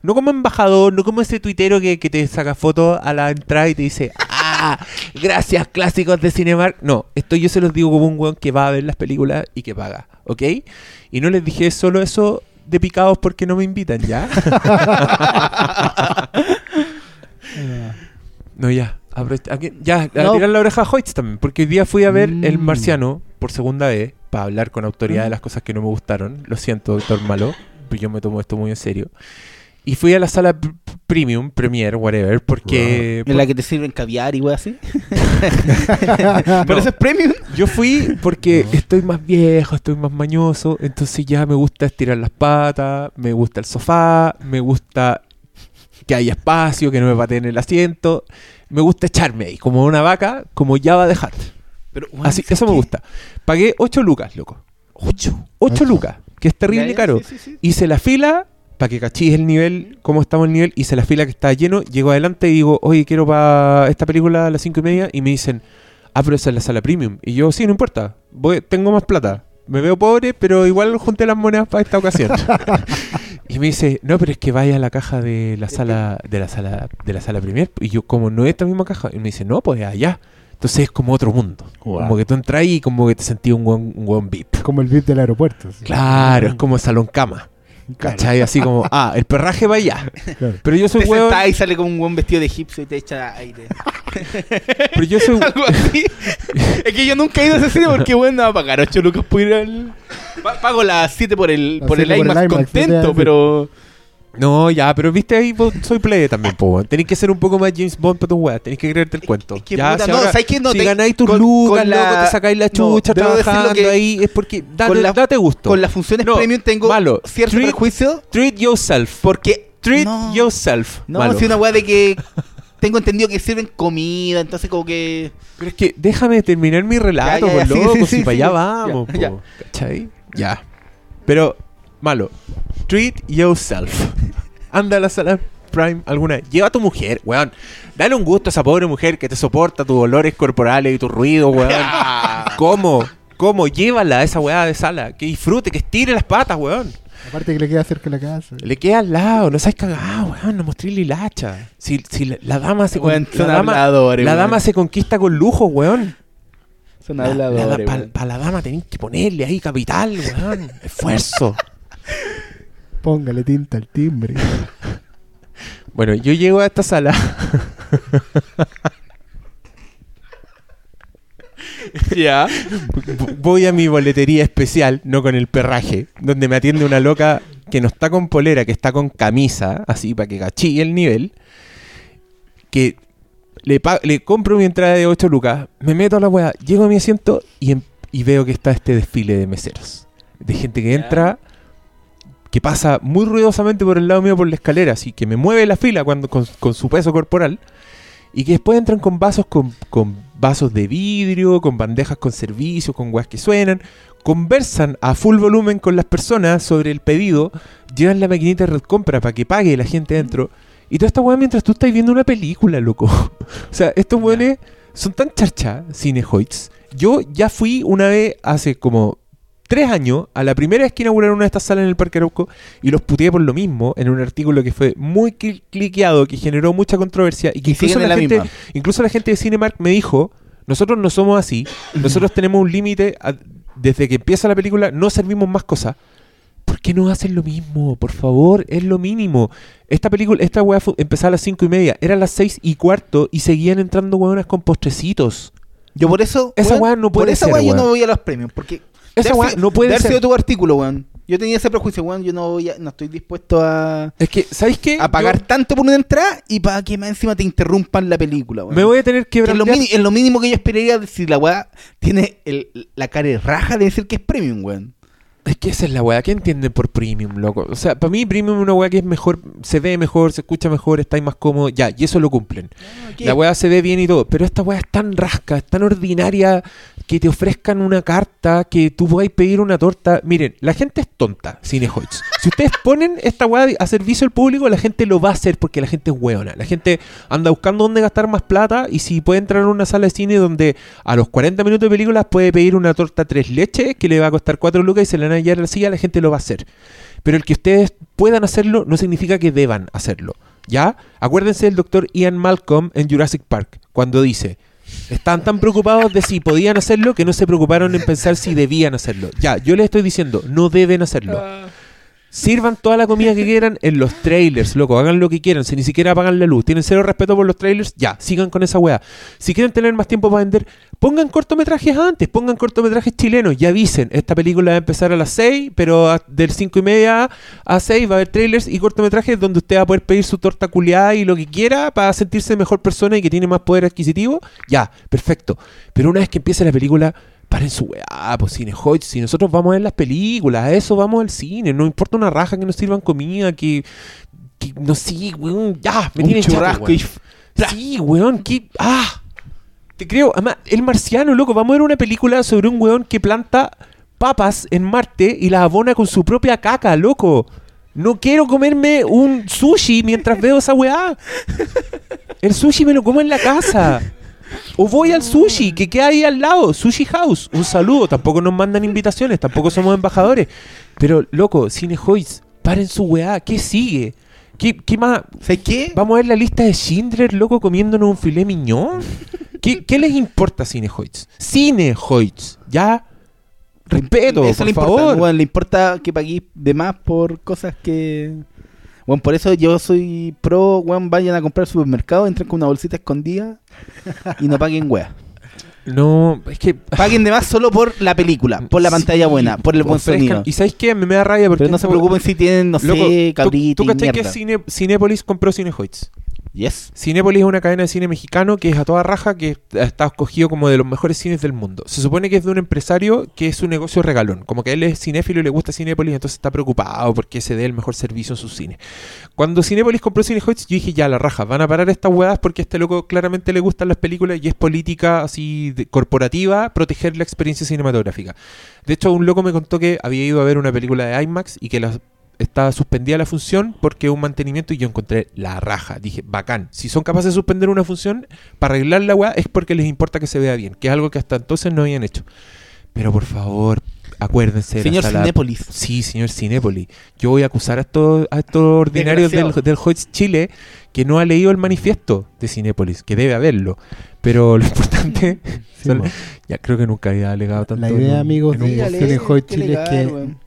No como embajador, no como ese tuitero que te saca fotos a la entrada y te dice, gracias clásicos de Cinemark. No, esto yo se los digo como un weón que va a ver las películas y que paga, ¿ok? Y no les dije solo eso de picados porque no me invitan, ¿ya? No, ya. Ya, a tirar la oreja a Hoyts también, porque hoy día fui a ver El Marciano por segunda vez para hablar con autoridad de las cosas que no me gustaron. Lo siento, doctor Malo, pero yo me tomo esto muy en serio. Y fui a la sala Premium, Premier, whatever, porque... ¿En la que te sirven caviar y wey así? No. ¿Por eso es Premium? Yo fui porque estoy más viejo, estoy más mañoso, entonces ya me gusta estirar las patas, me gusta el sofá, me gusta que haya espacio, que no me pateen el asiento, me gusta echarme ahí, como una vaca, como Java de Hutt. Pero, bueno, Así, eso me gusta. Pagué 8 lucas, loco. 8 lucas, que es terrible Ya, caro. sí. Hice la fila, para que cachis el nivel, cómo estamos el nivel, hice la fila que estaba lleno, llego adelante y digo, oye, quiero para esta película a las 5:30, y me dicen, pero esa es la sala Premium. Y yo, sí, no importa, tengo más plata. Me veo pobre, pero igual junté las monedas para esta ocasión. Y me dice, no, pero es que vaya a la caja de la sala Premier. Y yo, como no es esta misma caja. Y me dice, no, pues allá. Entonces es como otro mundo. Wow. Como que tú entras y como que te sentís un buen VIP. Como el VIP del aeropuerto. ¿Sí? Claro, es como salón cama. Claro. ¿Cachai? Así como, el perraje va allá. Claro. Pero yo soy Te hueón. sentás y sale como un buen vestido de egipcio y te echa aire. Pero yo soy. Algo así. Es que yo nunca he ido a ese cine porque, bueno, no va a pagar 8 lucas por ir al... Pago las 7 por el Las 7 por el IMAX IMAX, contento, sí. pero... No, ya, pero viste ahí, soy plebe también, po. Tenés que ser un poco más James Bond para tus weas, tenés que creerte el cuento. Es que, ya, puta, si no, ahora- ¿sabes qué? No, si te- ganáis tus con lucas, la- loco, te sacáis la no, chucha debo decir lo trabajando que- ahí, es porque con la- date gusto. Con las funciones No, premium tengo malo. cierto Treat- prejuicio Treat yourself. porque... Treat no, yourself. No, Malo. si una weá de que... Tengo entendido que sirven comida, entonces como que... Pero es que déjame terminar mi relato, Ya, por sí, loco, sí, si sí, para sí. allá vamos, Ya, po. ¿Cachai? Ya. Pero, malo. Treat yourself. Anda a la sala Prime alguna vez. Lleva a tu mujer, weón. Dale un gusto a esa pobre mujer que te soporta tus olores corporales y tus ruidos, weón. ¿Cómo? Llévala a esa weá de sala. Que disfrute, que estire las patas, weón. Aparte que le queda cerca de la casa. Le queda al lado, no seas cagado, weón. No mostré la hilacha. Si la dama se Weón, son la dama, habladores, la weón. dama se conquista con lujo, weón. Son habladores, weón. Para la dama tenés que ponerle ahí capital, weón. Esfuerzo. Póngale tinta al timbre. Bueno, yo llego a esta sala. Ya. Voy a mi boletería especial, no con el perraje, donde me atiende una loca que no está con polera, que está con camisa, así para que cachille el nivel. Que le compro mi entrada de 8 lucas, me meto a la weá, llego a mi asiento y veo que está este desfile de meseros. De gente que entra, que pasa muy ruidosamente por el lado mío por la escalera, así que me mueve la fila con su peso corporal. Y que después entran con vasos con vasos de vidrio, con bandejas con servicios, con weas que suenan. Conversan a full volumen con las personas sobre el pedido. Llevan la maquinita de red compra para que pague la gente dentro. Y toda esta wea mientras tú estás viendo una película, loco. O sea, estos weones son tan charcha, Cinehoids. Yo ya fui una vez hace como 3 años a la primera vez que inauguraron una de estas salas en el Parque Arauco y los puteé por lo mismo en un artículo que fue muy cliqueado, que generó mucha controversia y que siguen en la misma. incluso la gente de Cinemark me dijo, nosotros no somos así, nosotros tenemos un límite, desde que empieza la película no servimos más cosas. ¿Por qué no hacen lo mismo? Por favor, es lo mínimo. Esta weá empezaba a las 5:30, era a las 6:15 y seguían entrando weonas con postrecitos. Yo por eso... Esa weá no puede Por esa ser, weá yo weón. no voy a los premios, porque... Esa weá no puede de haber ser. sido tu artículo, weón. Yo tenía ese prejuicio, weón. Yo no estoy dispuesto a Es que, ¿sabéis qué? pagar Yo tanto por una entrada y para que más encima te interrumpan la película, weón. me voy a tener que Que es lo, brandear. es lo mínimo que yo esperaría si la weá tiene la cara de raja de decir que es premium, weón. Es que esa es la weá. ¿Qué entienden por premium, loco? O sea, para mí premium es una weá que es mejor, se ve mejor, se escucha mejor, estáis más cómodo, ya, y eso lo cumplen. La weá se ve bien y todo, pero esta weá es tan rasca, es tan ordinaria que te ofrezcan una carta, que tú podáis pedir una torta. Miren, la gente es tonta, Cinehoids. Si ustedes ponen esta weá a servicio al público, la gente lo va a hacer porque la gente es weona. La gente anda buscando dónde gastar más plata y si puede entrar a una sala de cine donde a los 40 minutos de películas puede pedir una torta 3 leches que le va a costar 4 lucas y se le van a hallar la silla, la gente lo va a hacer. Pero el que ustedes puedan hacerlo no significa que deban hacerlo, ¿ya? Acuérdense del doctor Ian Malcolm en Jurassic Park, cuando dice: están tan preocupados de si podían hacerlo que no se preocuparon en pensar si debían hacerlo. Ya, yo les estoy diciendo, no deben hacerlo. Sirvan toda la comida que quieran en los trailers, loco, hagan lo que quieran, si ni siquiera apagan la luz, tienen cero respeto por los trailers, ya, sigan con esa weá. Si quieren tener más tiempo para vender, pongan cortometrajes antes, pongan cortometrajes chilenos, ya avisen, esta película va a empezar a las 6, pero del 5:30 a 6 va a haber trailers y cortometrajes donde usted va a poder pedir su torta culiada y lo que quiera para sentirse mejor persona y que tiene más poder adquisitivo, ya, perfecto. Pero una vez que empiece la película, paren su weá, pues Cinehoids, si nosotros vamos a ver las películas, a eso vamos al cine, no importa una raja que nos sirvan comida, que no sé, weón, ya, me tienen churrasco, weón. Sí, weón, te creo, además, El Marciano, loco, vamos a ver una película sobre un weón que planta papas en Marte y las abona con su propia caca, loco. No quiero comerme un sushi mientras veo esa weá. El sushi me lo como en la casa. O voy al sushi, que queda ahí al lado, Sushi House, un saludo, tampoco nos mandan invitaciones, tampoco somos embajadores. Pero, loco, Cinehoids, paren su weá, ¿qué sigue? ¿Qué más? ¿Sabes qué? ¿Vamos a ver la lista de Schindler, loco, comiéndonos un filet mignon? ¿Qué les importa Cinehoids? Cinehoids, ya, respeto, eso por le importa, favor. bueno, le importa que paguéis de más por cosas que... Bueno, por eso yo soy pro, weón, vayan a comprar al supermercado, entren con una bolsita escondida y no paguen weá. No, es que... Paguen de más solo por la película, por la pantalla buena, por el buen sonido. Y ¿sabéis qué? Me da rabia porque... Pero no se preocupen si tienen, no loco, sé, cabrito ¿Tú y cachai mierda. que Cinépolis compró Cinehoids? Yes. Cinépolis es una cadena de cine mexicano que es a toda raja, que está escogido como de los mejores cines del mundo. Se supone que es de un empresario que es un negocio regalón, como que él es cinéfilo y le gusta Cinépolis, entonces está preocupado porque se dé el mejor servicio en sus cines. Cuando Cinépolis compró Cinehoids, yo dije, ya, la raja, van a parar estas hueadas porque a este loco claramente le gustan las películas y es política así corporativa proteger la experiencia cinematográfica. De hecho, un loco me contó que había ido a ver una película de IMAX y que estaba suspendida la función porque un mantenimiento, y yo encontré la raja. Dije, bacán, si son capaces de suspender una función para arreglar la weá es porque les importa que se vea bien, que es algo que hasta entonces no habían hecho. Pero por favor, acuérdense de Señor la sala. Cinépolis. Sí, señor Cinépolis. Yo voy a acusar a estos ordinarios del Hoyts Chile que no ha leído el manifiesto de Cinépolis, que debe haberlo. Pero lo importante Sí, son- mo. ya creo que nunca había alegado tanto. La idea, amigos, en un de podcast. Cinehoids Chile es legal, que weón.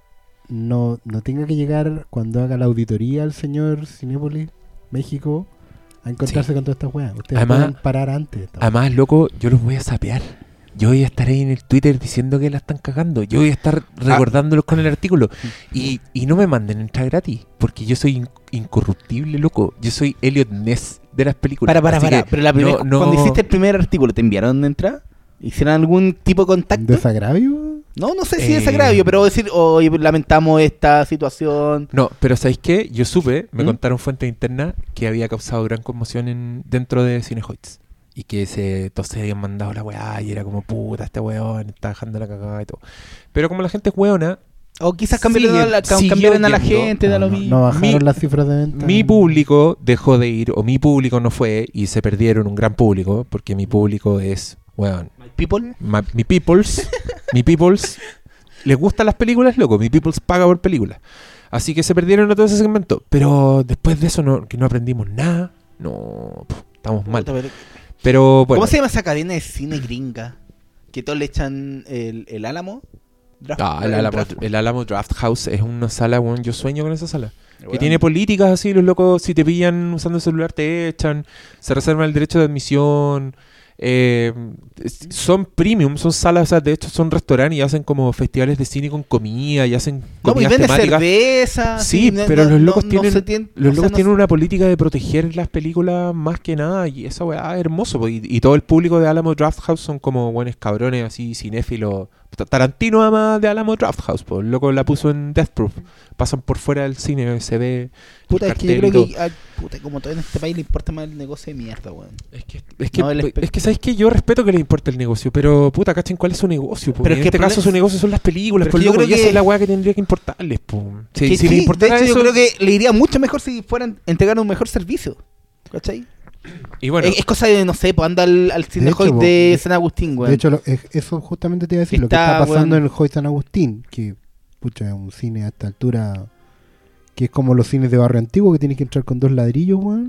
no tenga que llegar cuando haga la auditoría al señor Cinépolis México a encontrarse con todas estas weas. Ustedes Además- pueden parar antes. Además, loco, yo los voy a sapear. Yo voy a estar ahí en el Twitter diciendo que la están cagando. Yo voy a estar recordándolos con el artículo. Y no me manden entrar gratis, porque yo soy incorruptible, loco. Yo soy Elliot Ness de las películas. Para. Así que Pero cuando hiciste el primer artículo, ¿te enviaron de entrada? ¿Hicieron algún tipo de contacto? ¿Desagravio? No sé si es agravio, pero decir, hoy lamentamos esta situación. No, pero ¿sabéis qué? Yo supe, me ¿Mm? contaron fuentes internas, que había causado gran conmoción dentro de Cinehoids. Y que todos se habían mandado la weá y era como, puta, este weón está dejando la cagada y todo. Pero como la gente es weona, O quizás cambiaron a la yendo. gente, da lo mismo. No bajaron Mi- las cifras de venta. mi público dejó de ir, o mi público no fue, y se perdieron un gran público, porque mi público es, weón, People. mi peoples, les gustan las películas, loco, mi peoples paga por películas. Así que se perdieron a todo ese segmento. Pero después de eso que no aprendimos nada, estamos mal. Pero bueno. ¿Cómo se llama esa cadena de cine gringa? Que todos le echan el Álamo. El Alamo Draft House es una sala, weón, yo sueño con esa sala. Que Bueno. tiene políticas así, los locos, si te pillan usando el celular te echan, se reservan el derecho de admisión, son premium, son salas, o sea, de hecho son restaurantes y hacen como festivales de cine con comida y hacen No, y comidas venden temáticas. cerveza. Sí, no- pero no- los locos no tienen, se tienen- los o sea, locos no tienen se- una política de proteger las películas más que nada y esa weá es hermoso. Po, y todo el público de Alamo Draft House son como buenos cabrones así, cinéfilos. Tarantino ama de Alamo Draft House, po, el loco la puso en Death Proof. Pasan por fuera del cine, se ve. Puta, el es que yo cartel creo y que puta, como todo en este país le importa más el negocio de mierda, weón. todo. No, Es que sabes que yo respeto que le importe el negocio, pero puta, cachen cuál es su negocio. Po. Pero En es que este el caso problema- su negocio son las películas, Pero po, es que yo loco, creo y esa que- es la weá que tendría que importarles. Po. Si Que si sí, le importara de hecho, eso, yo creo que le iría mucho mejor si fueran entregar un mejor servicio. ¿Cachai? y bueno, Es cosa de, no sé, pues anda al cine hecho, Hoyt po, de San Agustín, weón. De hecho, eso justamente te iba a decir. Lo que Está, está pasando weón. en el Hoyt San Agustín, que pucha, es un cine a esta altura que es como los cines de barrio antiguo, que tienes que entrar con 2 ladrillos, weón.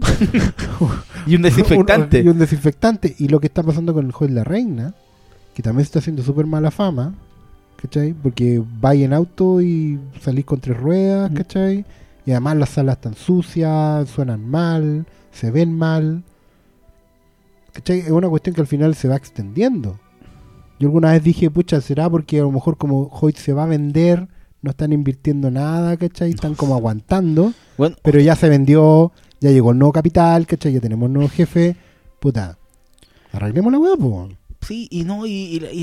Y un desinfectante. Y un desinfectante. Y lo que está pasando con el juego de la reina, que también se está haciendo súper mala fama, ¿cachai? Porque vais en auto y salís con 3 ruedas, ¿cachai? Y además las salas están sucias, suenan mal, se ven mal, ¿cachai? Es una cuestión que al final se va extendiendo. Yo alguna vez dije, pucha, ¿será porque a lo mejor como Hoyt se va a vender, no están invirtiendo nada, ¿cachai? Están como aguantando, Bueno, pero ya se vendió, ya llegó el nuevo capital, ¿cachai? Ya tenemos nuevo jefe, puta, arreglemos la weá, pues. sí, y no, y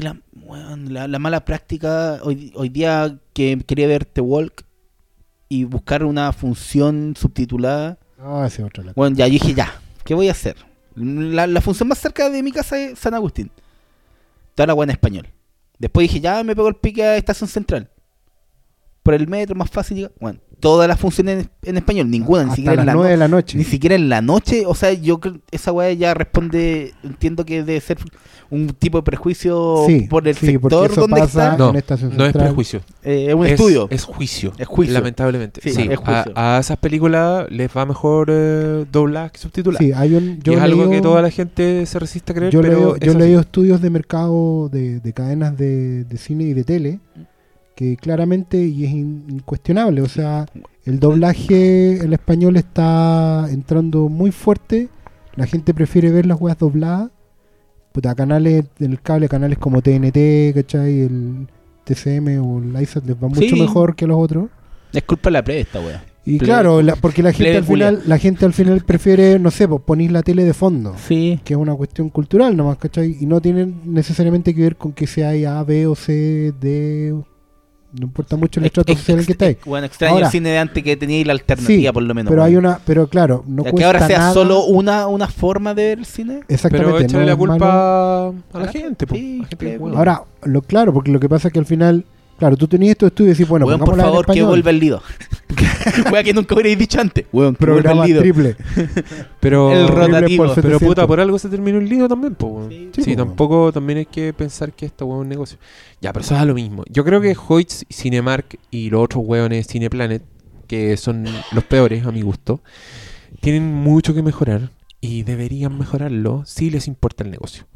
la mala práctica hoy día que quería ver The Walk y buscar una función subtitulada. No, ese es otro lado. Bueno, ya yo dije, ya, ¿qué voy a hacer? La función más cerca de mi casa es San Agustín. Toda la weá en español. Después dije, ya me pego el pique a Estación Central. Por el metro, más fácil llegar. Bueno, todas las funciones en español, ninguna, ni Hasta siquiera las en la 9 de la noche. Ni siquiera en la noche, o sea, yo creo esa weá ya responde, entiendo que debe ser un tipo de prejuicio Sí, por el sí, porque sector eso donde pasa está. No, en Estación no es Central. prejuicio. Es un estudio. Es juicio. Es juicio. Lamentablemente. Sí, Sí, es juicio. a esas películas les va mejor dobladas que subtituladas. Sí, hay un, Y es algo que toda la gente se resiste a creer, yo pero he leído estudios de mercado de cadenas de cine y de tele que claramente, y es incuestionable, o sea, el doblaje en español está entrando muy fuerte, la gente prefiere ver las weas dobladas, puta, canales en el cable, canales como TNT, ¿cachai? El TCM o el ISAT les va mucho Sí. mejor que los otros. Es culpa de la plebe esta weá. Y Plebe- claro, porque la gente al final prefiere, no sé, pues ponís la tele de fondo, Sí. que es una cuestión cultural nomás, ¿cachai? Y no tiene necesariamente que ver con que sea A, B o C, D, no importa mucho el estrato social en el que estáis. Bueno, extraño Ahora, el cine de antes que tenía la alternativa, Sí, por lo menos. pero weón. pero claro, no Ya cuesta que ahora sea nada. solo una forma de ver el cine. Exactamente. Pero échale no la es malo. culpa a la la- gente, po. sí, La gente que claro. huevo. Ahora, claro, porque lo que pasa es que al final, claro, tú tenías estos estudios y decís, bueno, Weón, por pongámosla en favor, que español. vuelva el Lido. Weón, que nunca hubierais dicho antes. Weón, que vuelva Programa el Lido. triple. Pero, el rotativo. por pero 700. puta, por algo se terminó el lío también, po, weón. Sí, Sí, po, tampoco también hay que pensar que esta weón es un negocio. Ya, pero eso es lo mismo. Yo creo que Hoyts, Cinemark y los otros weones Cineplanet, que son los peores a mi gusto, tienen mucho que mejorar y deberían mejorarlo si les importa el negocio.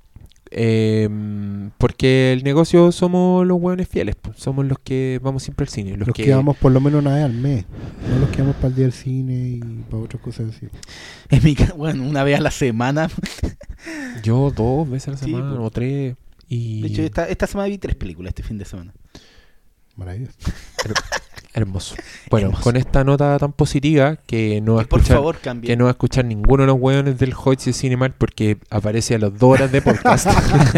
Porque el negocio somos los hueones fieles, pues. Somos los que vamos siempre al cine, Los que vamos por lo menos una vez al mes, no los que vamos para el día del cine y para otras cosas así. En mi casa, bueno, una vez a la semana. Yo 2 veces a la Sí, semana pues. o 3 y De hecho, esta semana vi 3 películas este fin de semana. Maravilloso. hermoso. Bueno, Hermoso. con esta nota tan positiva que no va a Por escuchar favor, cambie. que no va a escuchar ninguno de los hueones del Hoyts y Cinemark porque aparece a las 2 horas de podcast.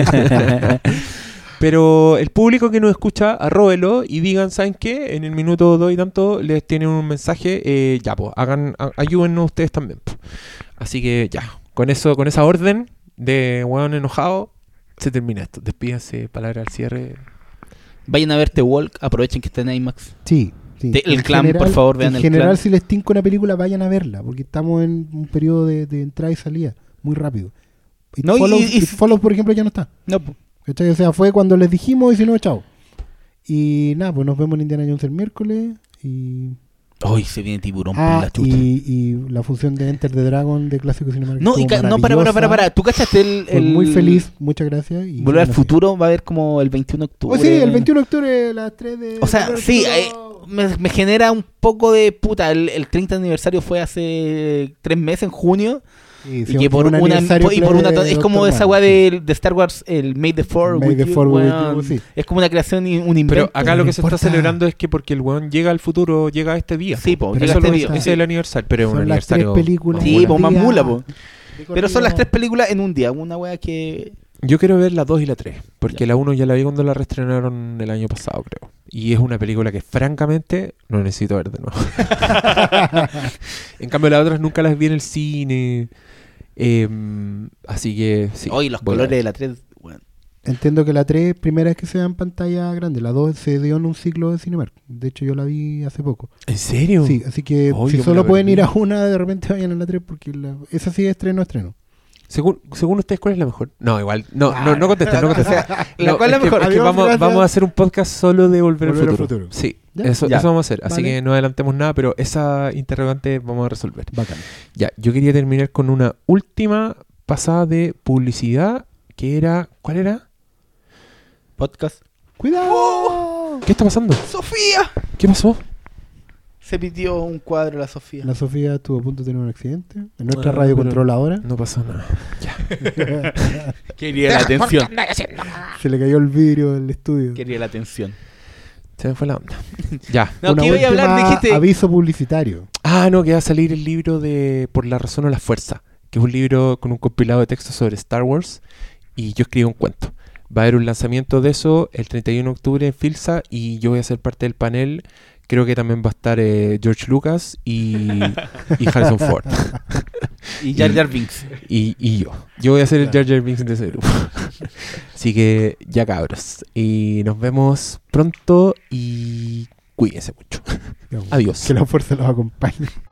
Pero el público que nos escucha, arróbelo y digan, ¿saben qué? En el minuto 2 y tanto les tienen un mensaje, ya, pues, ayúdennos ustedes también. Po. Así que ya, con esa orden de hueón enojado, se termina esto. Despídanse, palabra al cierre. Vayan a ver The Walk, aprovechen que está en IMAX. Sí. Sí. El En Clan, por favor, vean en El general, Clan. si les tinca una película, vayan a verla, porque estamos en un periodo de entrada y salida muy rápido. It No, Follows, It Follows, por ejemplo, ya no está. No, po. ¿Cachai? O sea, fue cuando les dijimos y si no, chao. Y nada, pues nos vemos en Indiana Jones el miércoles. Y Hoy se viene Tiburón por la chucha. y la función de Enter the Dragon de Clásico Cinematográfico. No, no, para. ¿Tú cachaste Fue muy feliz, muchas gracias. Y Volver al bueno, futuro va a haber como el 21 de sí. octubre. Oh, sí, el 21 de octubre a las 3 de... O sea, Volver al sí, Futuro. me genera un poco de puta. El 30 aniversario fue hace 3 meses, en junio. Sí, sí, Y que fue por un una aniversario es como Doctor esa Who. weá de Star Wars, el May the Fourth May with the you, Fourth with weón. you, sí. Es como una creación y un invento. Pero acá lo que se está importa. celebrando es que porque el weón llega al futuro, llega a este día. Sí, po, Pero llega Eso es este lo- día. ese es el aniversario, pero es un Son las 3 aniversario. películas. Sí, en po, un más día. mula, po. De Pero son las 3 corrido. películas en un día. Una weá que... Yo quiero ver la 2 y la 3, porque la 1 ya la vi cuando la reestrenaron el año pasado, creo. Y es una película que francamente no necesito ver de nuevo. En cambio las otras nunca las vi en el cine. Así que sí. Hoy los voy a colores ver. de la 3, weón. Entiendo que la 3 primera vez que se da en pantalla grande, la 2 se dio en un ciclo de Cinemark. De hecho yo la vi hace poco. ¿En serio? Sí, así que Oh, si yo me solo la pueden perdí. ir a una, de repente vayan a la 3 porque esa sí es estreno. Según ustedes, ¿cuál es la mejor? No, igual. No contesten, no contesten. ¿La cuál es la es que- mejor? es que Adiós, vamos, gracias. vamos a hacer un podcast solo de Volver al Volver al futuro. Futuro. Sí. ¿Ya? Eso Ya. vamos a hacer. Así Vale. que no adelantemos nada, pero esa interrogante vamos a resolver. Bacán. Ya, yo quería terminar con una última pasada de publicidad que era... ¿Cuál era? Podcast. ¡Cuidado! ¿Qué está pasando? ¡Sofía! ¿Qué pasó? Se pidió un cuadro la Sofía. La Sofía estuvo a punto de tener un accidente. En nuestra Ah, radio pero- controladora No pasó nada. Quería la atención. se le cayó el vidrio del estudio. Quería la atención. Se me fue la onda. Ya. No, Una que iba a hablar, última dijiste. aviso publicitario. Ah, no, que va a salir el libro de Por la razón o la fuerza, que es un libro con un compilado de textos sobre Star Wars, y yo escribo un cuento. Va a haber un lanzamiento de eso el 31 de octubre en Filsa, y yo voy a ser parte del panel. Creo que también va a estar George Lucas y Harrison Ford. Y Jar Jar Binks. Y yo. Yo voy a ser el Jar Jar Binks de ese grupo. Así que ya cabros. Y nos vemos pronto y cuídense mucho. Adiós. Que la fuerza los acompañe.